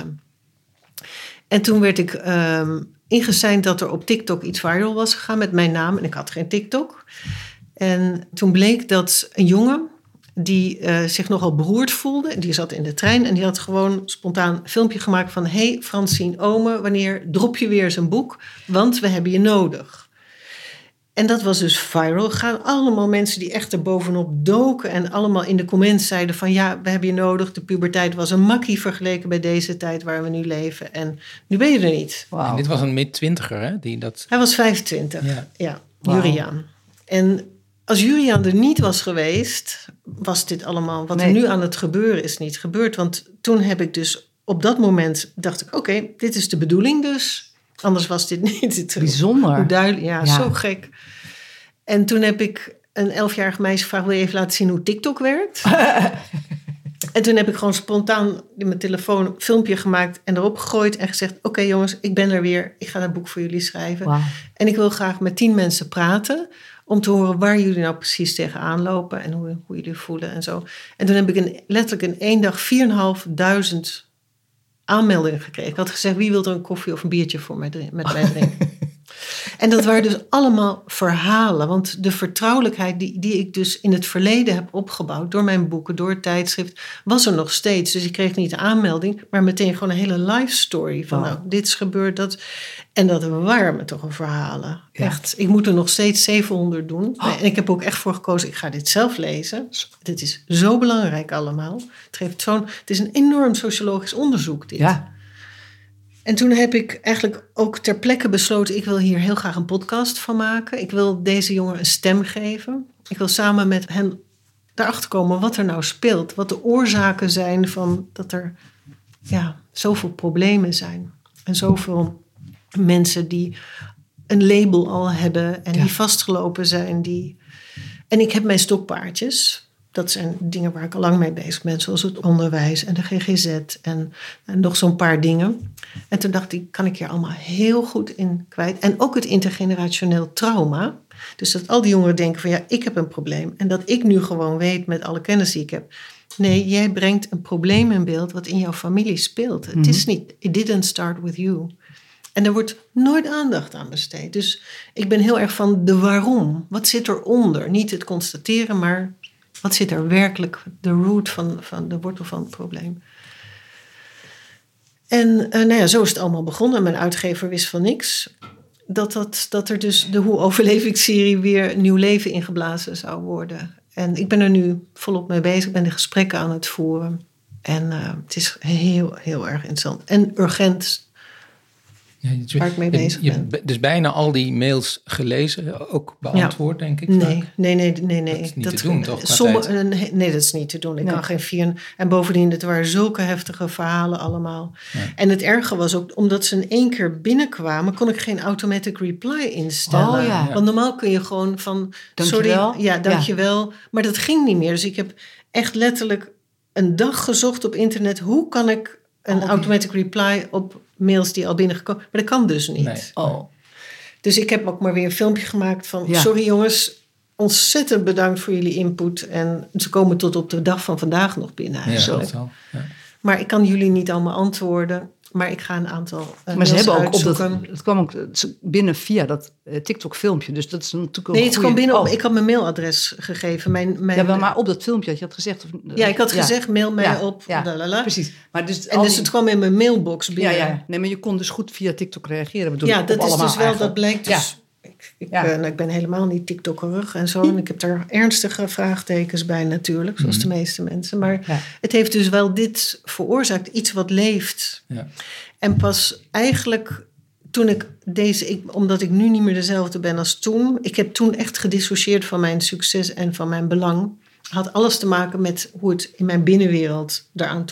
En toen werd ik ingeseind dat er op TikTok iets viral was gegaan met mijn naam. En ik had geen TikTok. En toen bleek dat een jongen die zich nogal beroerd voelde. Die zat in de trein en die had gewoon spontaan een filmpje gemaakt van... Hey Francine Omen, wanneer drop je weer eens een boek? Want we hebben je nodig. En dat was dus viral. Gaan allemaal mensen die echt er bovenop doken en allemaal in de comments zeiden van ja, we hebben je nodig. De puberteit was een makkie vergeleken bij deze tijd waar we nu leven. En nu ben je er niet. Wow. En dit was een mid-twintiger, hè? Hij was 25, ja. Wow. Juriaan. En als Juriaan er niet was geweest, was dit allemaal wat er nu aan het gebeuren is niet gebeurd. Want toen heb ik dus op dat moment dacht ik, oké, dit is de bedoeling dus. Anders was dit niet. Bijzonder. Hoe duidelijk, zo gek. En toen heb ik een 11-jarig meisje gevraagd, wil je even laten zien hoe TikTok werkt? En toen heb ik gewoon spontaan in mijn telefoon een filmpje gemaakt en erop gegooid en gezegd, oké, jongens, ik ben er weer. Ik ga dat boek voor jullie schrijven. Wow. En ik wil graag met 10 mensen praten Om te horen waar jullie nou precies tegenaan lopen en hoe jullie voelen en zo. En toen heb ik letterlijk in 1 dag 4.500 aanmeldingen gekregen. Ik had gezegd, wie wil er een koffie of een biertje met mij drinken? En dat waren dus allemaal verhalen. Want de vertrouwelijkheid die ik dus in het verleden heb opgebouwd... door mijn boeken, door het tijdschrift, was er nog steeds. Dus ik kreeg niet de aanmelding, maar meteen gewoon een hele life story. Van nou, dit is gebeurd, dat... En dat waren me toch een verhalen. Ja. Echt, ik moet er nog steeds 700 doen. En ik heb ook echt voor gekozen, ik ga dit zelf lezen. Dit is zo belangrijk allemaal. Het is een enorm sociologisch onderzoek dit. Ja. En toen heb ik eigenlijk ook ter plekke besloten... ik wil hier heel graag een podcast van maken. Ik wil deze jongen een stem geven. Ik wil samen met hen erachter komen wat er nou speelt. Wat de oorzaken zijn van dat er zoveel problemen zijn. En zoveel mensen die een label al hebben... en die vastgelopen zijn. En ik heb mijn stokpaardjes... Dat zijn dingen waar ik al lang mee bezig ben. Zoals het onderwijs en de GGZ en nog zo'n paar dingen. En toen dacht ik, kan ik hier allemaal heel goed in kwijt. En ook het intergenerationeel trauma. Dus dat al die jongeren denken van ik heb een probleem. En dat ik nu gewoon weet met alle kennis die ik heb. Nee, jij brengt een probleem in beeld wat in jouw familie speelt. Het is niet, it didn't start with you. En er wordt nooit aandacht aan besteed. Dus ik ben heel erg van de waarom. Wat zit eronder? Niet het constateren, maar... Wat zit er werkelijk, de root van de wortel van het probleem? En zo is het allemaal begonnen. Mijn uitgever wist van niks. Dat er dus de Hoe overleef ik serie weer nieuw leven ingeblazen zou worden. En ik ben er nu volop mee bezig. Ik ben de gesprekken aan het voeren. En het is heel, heel erg interessant. En urgent. Waar ik mee bezig ben. Je hebt dus bijna al die mails gelezen, ook beantwoord, denk ik. Nee. Dat is niet te doen, toch? Nee, dat is niet te doen. Ik kan geen 4... En bovendien, het waren zulke heftige verhalen allemaal. Ja. En het erge was ook, omdat ze in 1 keer binnenkwamen... kon ik geen automatic reply instellen. Oh, ja. Want normaal kun je gewoon van... Dankjewel. Sorry, dankjewel. Maar dat ging niet meer. Dus ik heb echt letterlijk een dag gezocht op internet... hoe kan ik een automatic reply op... mails die al binnengekomen. Maar dat kan dus niet. Nee. Dus ik heb ook maar weer een filmpje gemaakt van... Sorry jongens, ontzettend bedankt voor jullie input. En ze komen tot op de dag van vandaag nog binnen. Ja, dat wel. Ja. Maar ik kan jullie niet allemaal antwoorden. Maar ik ga een aantal maar ze hebben ook uitzoeken. het kwam ook binnen via dat TikTok-filmpje. Dus dat is natuurlijk Nee, het kwam binnen. Ik had mijn mailadres gegeven. Maar op dat filmpje had je had gezegd... ik had gezegd, mail mij op. Ja, precies. Maar dus het kwam in mijn mailbox binnen. Ja. Nee, maar je kon dus goed via TikTok reageren. Dat is dus wel, eigenlijk. Dat blijkt dus... Ik ben helemaal niet TikTokkerig en zo. En ik heb daar ernstige vraagtekens bij natuurlijk, zoals de meeste mensen. Maar het heeft dus wel dit veroorzaakt, iets wat leeft. Ja. En pas eigenlijk toen ik omdat ik nu niet meer dezelfde ben als toen. Ik heb toen echt gedissocieerd van mijn succes en van mijn belang. Had alles te maken met hoe het in mijn binnenwereld daaraan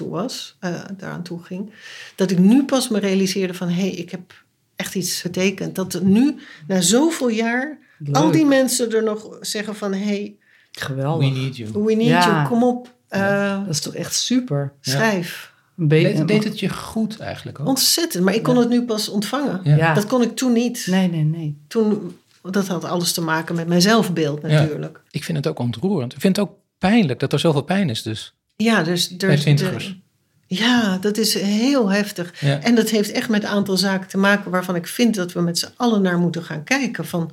toe ging. Dat ik nu pas me realiseerde van, ik heb echt iets betekend. Dat er nu, na zoveel jaar, al die mensen er nog zeggen van... geweldig. We need you, kom op. Dat is toch echt super. Schrijf. Deed het je goed eigenlijk ook? Ontzettend, maar ik kon het nu pas ontvangen. Ja. Dat kon ik toen niet. Nee. Dat had alles te maken met mijn zelfbeeld natuurlijk. Ja. Ik vind het ook ontroerend. Ik vind het ook pijnlijk dat er zoveel pijn is dus. Ja, dus... Bij twintigers. Ja, dat is heel heftig. Ja. En dat heeft echt met een aantal zaken te maken... waarvan ik vind dat we met z'n allen naar moeten gaan kijken. Van,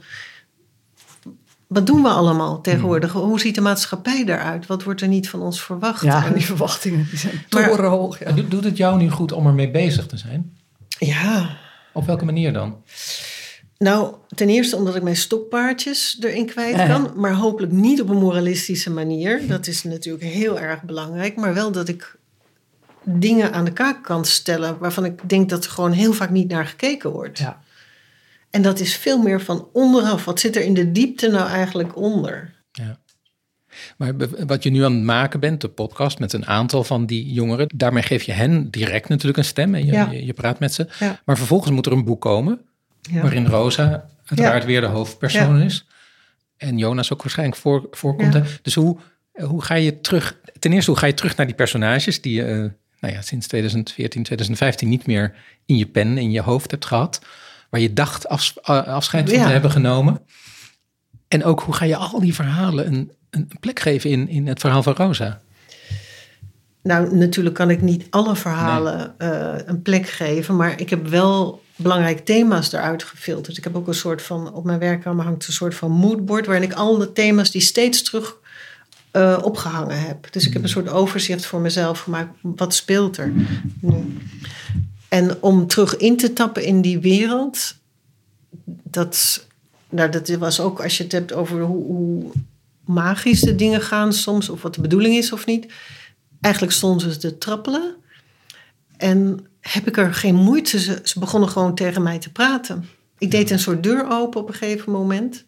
wat doen we allemaal tegenwoordig? Hoe ziet de maatschappij eruit? Wat wordt er niet van ons verwacht? Ja, die verwachtingen die zijn torenhoog. Ja. Doet het jou nu goed om ermee bezig te zijn? Ja. Op welke manier dan? Nou, ten eerste omdat ik mijn stokpaardjes erin kwijt kan. Maar hopelijk niet op een moralistische manier. Dat is natuurlijk heel erg belangrijk. Maar wel dat ik dingen aan de kaak kan stellen... waarvan ik denk dat er gewoon heel vaak niet naar gekeken wordt. Ja. En dat is veel meer van onderaf. Wat zit er in de diepte nou eigenlijk onder? Ja. Maar wat je nu aan het maken bent, de podcast... met een aantal van die jongeren... daarmee geef je hen direct natuurlijk een stem... en je praat met ze. Ja. Maar vervolgens moet er een boek komen... waarin Rosa uiteraard weer de hoofdpersoon is... en Jonas ook waarschijnlijk voorkomt. Ja. Dus hoe ga je terug... Ten eerste, hoe ga je terug naar die personages... die je sinds 2014, 2015 niet meer in je pen, in je hoofd hebt gehad... waar je dacht afscheid van te hebben genomen. En ook, hoe ga je al die verhalen een plek geven in het verhaal van Rosa? Nou, natuurlijk kan ik niet alle verhalen een plek geven, maar ik heb wel belangrijke thema's eruit gefilterd. Ik heb ook een soort van, op mijn werkkamer hangt een soort van moodboard, waarin ik al de thema's die steeds terug opgehangen heb. Dus ik heb een soort overzicht voor mezelf gemaakt. Wat speelt er nu? En om terug in te tappen in die wereld, dat was ook als je het hebt over hoe magisch de dingen gaan soms, of wat de bedoeling is of niet. Eigenlijk stonden ze te trappelen. En heb ik er geen moeite. Ze begonnen gewoon tegen mij te praten. Ik deed een soort deur open op een gegeven moment.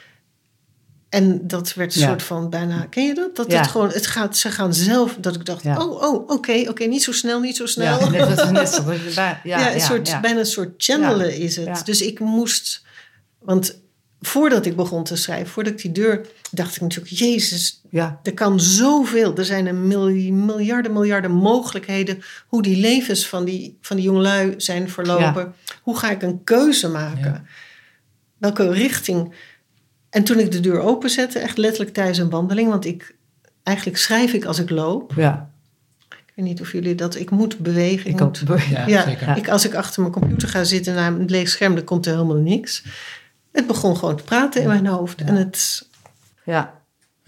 En dat werd een soort van bijna... Ken je dat? Dat het gewoon... ze gaan zelf... Dat ik dacht, oké, niet zo snel, niet zo snel. Ja, dat is net zo. Bijna een soort channelen is het. Ja. Dus ik moest... Want voordat ik begon te schrijven, voordat ik die deur... dacht ik natuurlijk, Jezus, er kan zoveel. Er zijn een miljarden mogelijkheden... hoe die levens van die jongelui zijn verlopen. Ja. Hoe ga ik een keuze maken? Ja. Welke richting... En toen ik de deur openzette, echt letterlijk tijdens een wandeling... want eigenlijk schrijf ik als ik loop. Ja. Ik weet niet of jullie dat... Ik moet bewegen. Zeker. Als ik achter mijn computer ga zitten naar een leeg scherm... dan komt er helemaal niks. Het begon gewoon te praten in mijn hoofd. En het... Ja.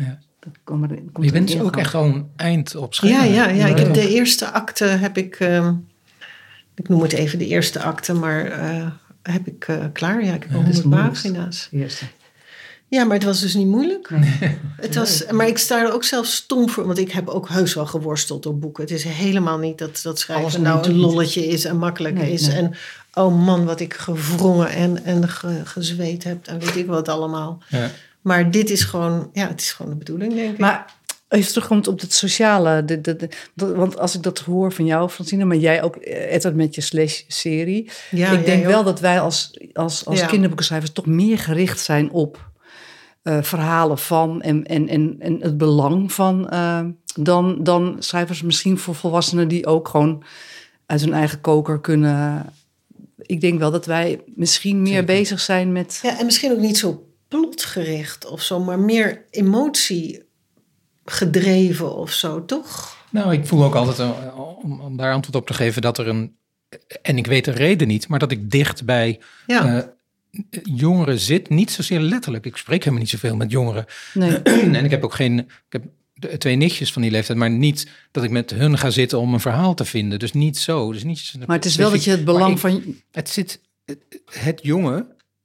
Je bent dus ook echt gewoon eind op schrijven. Ja. Ik heb de eerste acte heb ik... ik noem het even de eerste acte, maar heb ik klaar. Ja, ik heb 100 pagina's. Eerste. Ja, maar het was dus niet moeilijk. Maar ik sta er ook zelf stom voor. Want ik heb ook heus wel geworsteld op boeken. Het is helemaal niet dat schrijven een lolletje is en makkelijk is. Nee. En oh man, wat ik gewrongen en gezweet heb. En weet ik wat allemaal. Ja. Maar dit is gewoon, het is gewoon de bedoeling, denk ik. Maar even terugkomt op het sociale. Want als ik dat hoor van jou, Francine, maar jij ook, Edward, met je /serie. Ja, ik denk wel dat wij als kinderboekenschrijvers toch meer gericht zijn op... verhalen van en het belang van... dan schrijvers misschien voor volwassenen... die ook gewoon uit hun eigen koker kunnen... Ik denk wel dat wij misschien meer bezig zijn met... Ja, en misschien ook niet zo plotgericht of zo... maar meer emotie gedreven of zo, toch? Nou, ik voel ook altijd, om daar antwoord op te geven... dat er en ik weet de reden niet... maar dat ik dicht bij... jongeren zit, niet zozeer letterlijk. Ik spreek helemaal niet zoveel met jongeren. Nee. En ik heb ook ik heb 2 nichtjes van die leeftijd, maar niet dat ik met hun ga zitten om een verhaal te vinden. Dus niet zo. Dus niet, maar het is wel dat je het belang van... Het jonge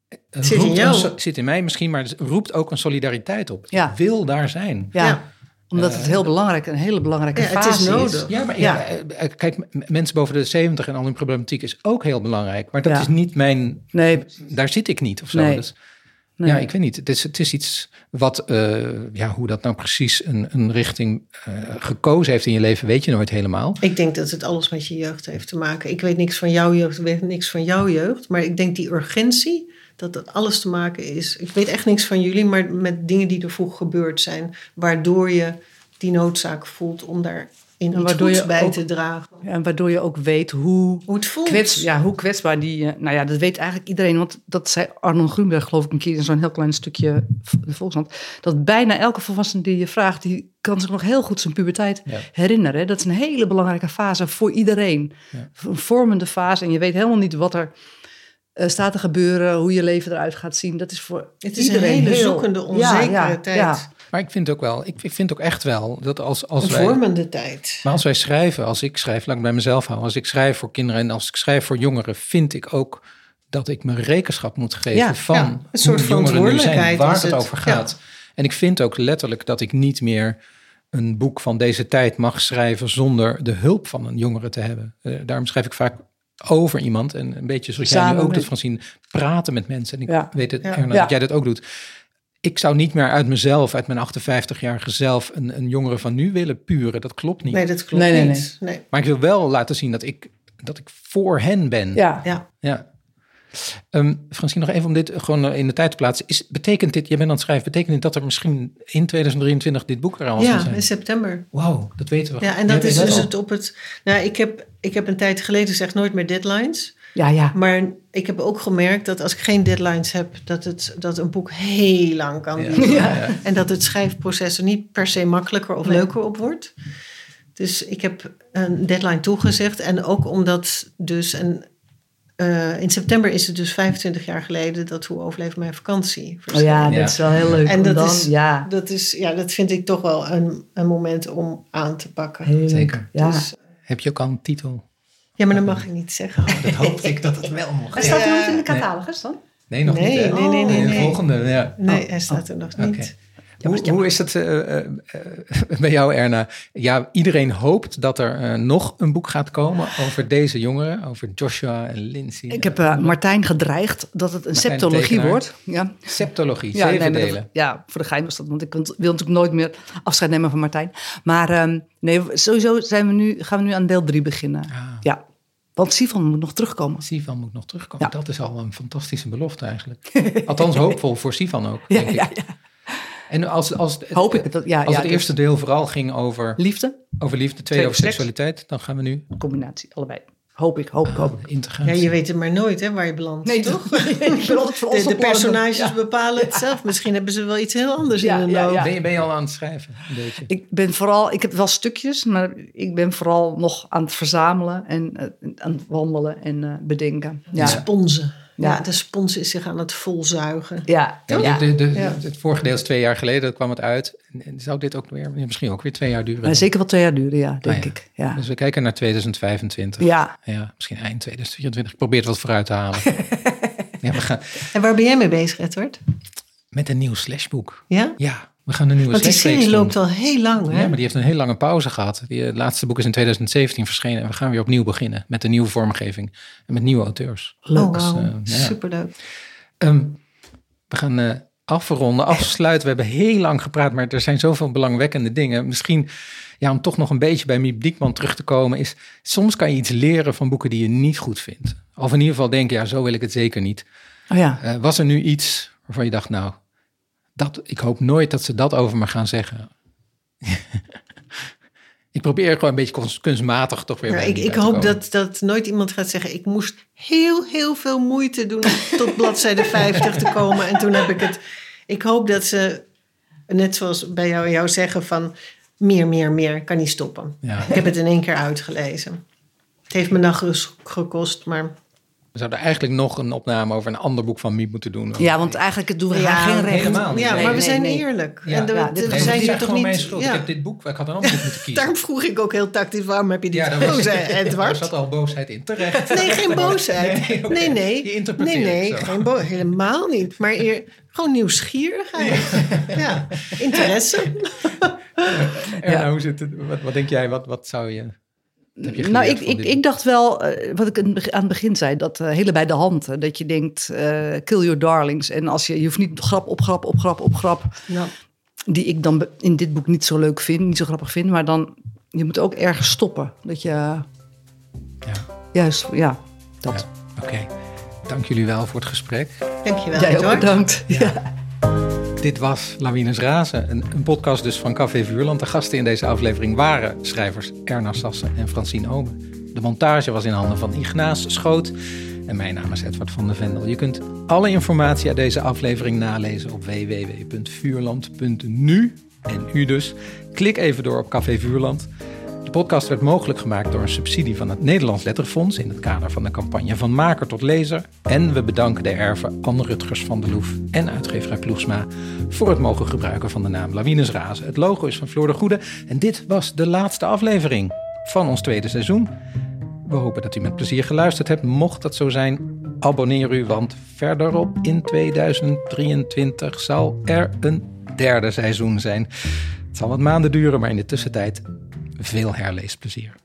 zit in mij misschien, maar het roept ook een solidariteit op. Ja. Ik wil daar zijn. Ja. Omdat het een hele belangrijke fase is. Het is nodig. Ja, maar kijk, mensen boven de 70 en al hun problematiek is ook heel belangrijk. Maar dat is niet mijn... Nee. Daar zit ik niet of zo. Nee. Dus, ja, ik weet niet. Het is iets wat... hoe dat nou precies een richting gekozen heeft in je leven, weet je nooit helemaal. Ik denk dat het alles met je jeugd heeft te maken. Ik weet niks van jouw jeugd, ik weet niks van jouw jeugd. Maar ik denk die urgentie... dat alles te maken is... Ik weet echt niks van jullie, maar met dingen die er vroeg gebeurd zijn... waardoor je die noodzaak voelt om daar iets goeds bij te dragen. Ja, en waardoor je ook weet hoe het voelt. Hoe kwetsbaar die... dat weet eigenlijk iedereen. Want dat zei Arnold Grunberg, geloof ik, een keer... in zo'n heel klein stukje de Volkskrant... dat bijna elke volwassene die je vraagt... die kan zich nog heel goed zijn puberteit herinneren. Dat is een hele belangrijke fase voor iedereen. Ja. Een vormende fase. En je weet helemaal niet wat er... staat te gebeuren, hoe je leven eruit gaat zien. Dat is voor iedereen een hele zoekende, onzekere tijd. Ja. Maar ik vind ook wel, ik vind ook echt wel dat als een vormende tijd. Maar als wij schrijven, als ik schrijf, laat ik bij mezelf houden. Als ik schrijf voor kinderen en als ik schrijf voor jongeren, vind ik ook dat ik me rekenschap moet geven van een soort hoe jongeren nu zijn, waar het over gaat. Ja. En ik vind ook letterlijk dat ik niet meer een boek van deze tijd mag schrijven zonder de hulp van een jongere te hebben. Daarom schrijf ik vaak over iemand en een beetje zoals jij nu ook doet, Francine, praten met mensen. En ik weet het, Erna, dat jij dat ook doet. Ik zou niet meer uit mezelf, uit mijn 58-jarige zelf, een jongere van nu willen puren. Dat klopt niet. Nee, dat klopt niet. Nee. Maar ik wil wel laten zien dat ik voor hen ben. Ja. Francine, nog even om dit gewoon in de tijd te plaatsen. Betekent dit, je bent aan het schrijven, betekent dit dat er misschien in 2023 dit boek er al zal zijn? Ja, in september. Wauw, dat weten we. Ja, en dat is dus het op het... Nou, ik heb een tijd geleden gezegd nooit meer deadlines. Ja. Maar ik heb ook gemerkt dat als ik geen deadlines heb, dat een boek heel lang kan duren. Ja. En dat het schrijfproces er niet per se makkelijker of leuker op wordt. Dus ik heb een deadline toegezegd. En ook omdat dus... in september is het dus 25 jaar geleden dat Hoe overleef mijn vakantie verscheen. Oh ja, dat is wel heel leuk. En dat vind ik toch wel een moment om aan te pakken. Heel zeker. Ja. Dus, heb je ook al een titel? Ja, maar dat mag ik niet zeggen. Oh, dat hoopte ik dat het wel mocht. Maar staat hij nog in de catalogus dan? Nee, nog niet. Nee. De volgende, ja. Nee, hij staat er nog niet. Okay. Hoe is het bij jou, Erna? Ja, iedereen hoopt dat er nog een boek gaat komen over deze jongeren, over Joshua en Lindsay. Ik heb Martijn gedreigd dat het een septologie wordt. Ja. Septologie, 7 delen. Voor de gein was dat, want ik wil natuurlijk nooit meer afscheid nemen van Martijn. Maar sowieso gaan we nu aan deel 3 beginnen. Ja. Want Sivan moet nog terugkomen. Sivan moet nog terugkomen. Ja. Dat is al een fantastische belofte eigenlijk. Althans hoopvol voor Sivan ook, denk ik. Ja. En als het eerste deel vooral ging over liefde, tweede over seksualiteit, dan gaan we nu... Combinatie, allebei. Hoop ik. Integratie. Ja, je weet het maar nooit, hè, waar je belandt. Nee, toch? De personages bepalen het zelf. Misschien hebben ze wel iets heel anders in hun loop. Ben je al aan het schrijven? Een beetje? Ik heb wel stukjes, maar ik ben vooral nog aan het verzamelen en aan het wandelen en bedenken. Ja. Sponsen. Ja, de spons is zich aan het volzuigen. Het vorige deel is 2 jaar geleden, dat kwam het uit. En zou dit ook misschien ook weer 2 jaar duren? Ja, zeker wel 2 jaar duren, denk ik. Ja. Dus we kijken naar 2025. Ja. Misschien eind 2024. Ik probeer het wat vooruit te halen. En waar ben jij mee bezig, Edward? Met een nieuw slashboek. Ja? Ja. We gaan een nieuwe Want die serie loopt al heel lang, hè? Ja, maar die heeft een heel lange pauze gehad. Het laatste boek is in 2017 verschenen. En we gaan weer opnieuw beginnen met een nieuwe vormgeving. En met nieuwe auteurs. Leuk. Superleuk. We gaan afsluiten. We hebben heel lang gepraat, maar er zijn zoveel belangwekkende dingen. Misschien, om toch nog een beetje bij Miep Diekman terug te komen, is soms kan je iets leren van boeken die je niet goed vindt. Of in ieder geval denken, zo wil ik het zeker niet. Oh ja. Was er nu iets waarvan je dacht, ik hoop nooit dat ze dat over me gaan zeggen. Ik probeer gewoon een beetje kunstmatig toch weer bij ik hoop dat nooit iemand gaat zeggen... ik moest heel veel moeite doen om tot bladzijde 50 te komen. En toen heb ik het... Ik hoop dat ze, net zoals bij jou zeggen van... meer, kan niet stoppen. Ja. Ik heb het in 1 keer uitgelezen. Het heeft me nacht gekost, maar... We zouden eigenlijk nog een opname over een ander boek van Miep moeten doen. Ja, want eigenlijk doen we haar geen recht. Helemaal niet. Ja, maar we zijn eerlijk. Ja. We zijn hier toch niet... mijn schuld. Ja. Ik heb dit boek, ik had een ander boek moeten kiezen. Daarom vroeg ik ook heel tactisch, waarom heb je dit gekozen, Edward? Er zat al boosheid in, terecht. Nee, geen boosheid. Nee. Je interpreteert het zo. Geen boosheid. Helemaal niet. Maar gewoon nieuwsgierigheid. Ja, interesse. Erna, hoe zit het? Wat denk jij? Wat zou je... Ik dacht wel, wat ik aan het begin zei, dat hele bij de hand. Dat je denkt, kill your darlings. En als je hoeft niet grap op grap. Ja. Die ik dan in dit boek niet zo leuk vind, niet zo grappig vind. Maar dan, je moet ook ergens stoppen. Dat je, dat. Ja, Oké. Dank jullie wel voor het gesprek. Dank je wel. Jij ook bedankt. Ja. Dit was Lawines Razen, een podcast dus van Café Vuurland. De gasten in deze aflevering waren schrijvers Erna Sassen en Francine Omen. De montage was in handen van Ignaas Schoot en mijn naam is Edward van der Vendel. Je kunt alle informatie uit deze aflevering nalezen op www.vuurland.nu. En u dus. Klik even door op Café Vuurland. De podcast werd mogelijk gemaakt door een subsidie van het Nederlands Letterfonds in het kader van de campagne Van Maker tot Lezer. En we bedanken de erven Anne Rutgers van de Loef en uitgeverij Ploegsma voor het mogen gebruiken van de naam Lawines Razen. Het logo is van Floor de Goede en dit was de laatste aflevering van ons 2e seizoen. We hopen dat u met plezier geluisterd hebt. Mocht dat zo zijn, abonneer u, want verderop in 2023 zal er een 3e seizoen zijn. Het zal wat maanden duren, maar in de tussentijd veel herleesplezier.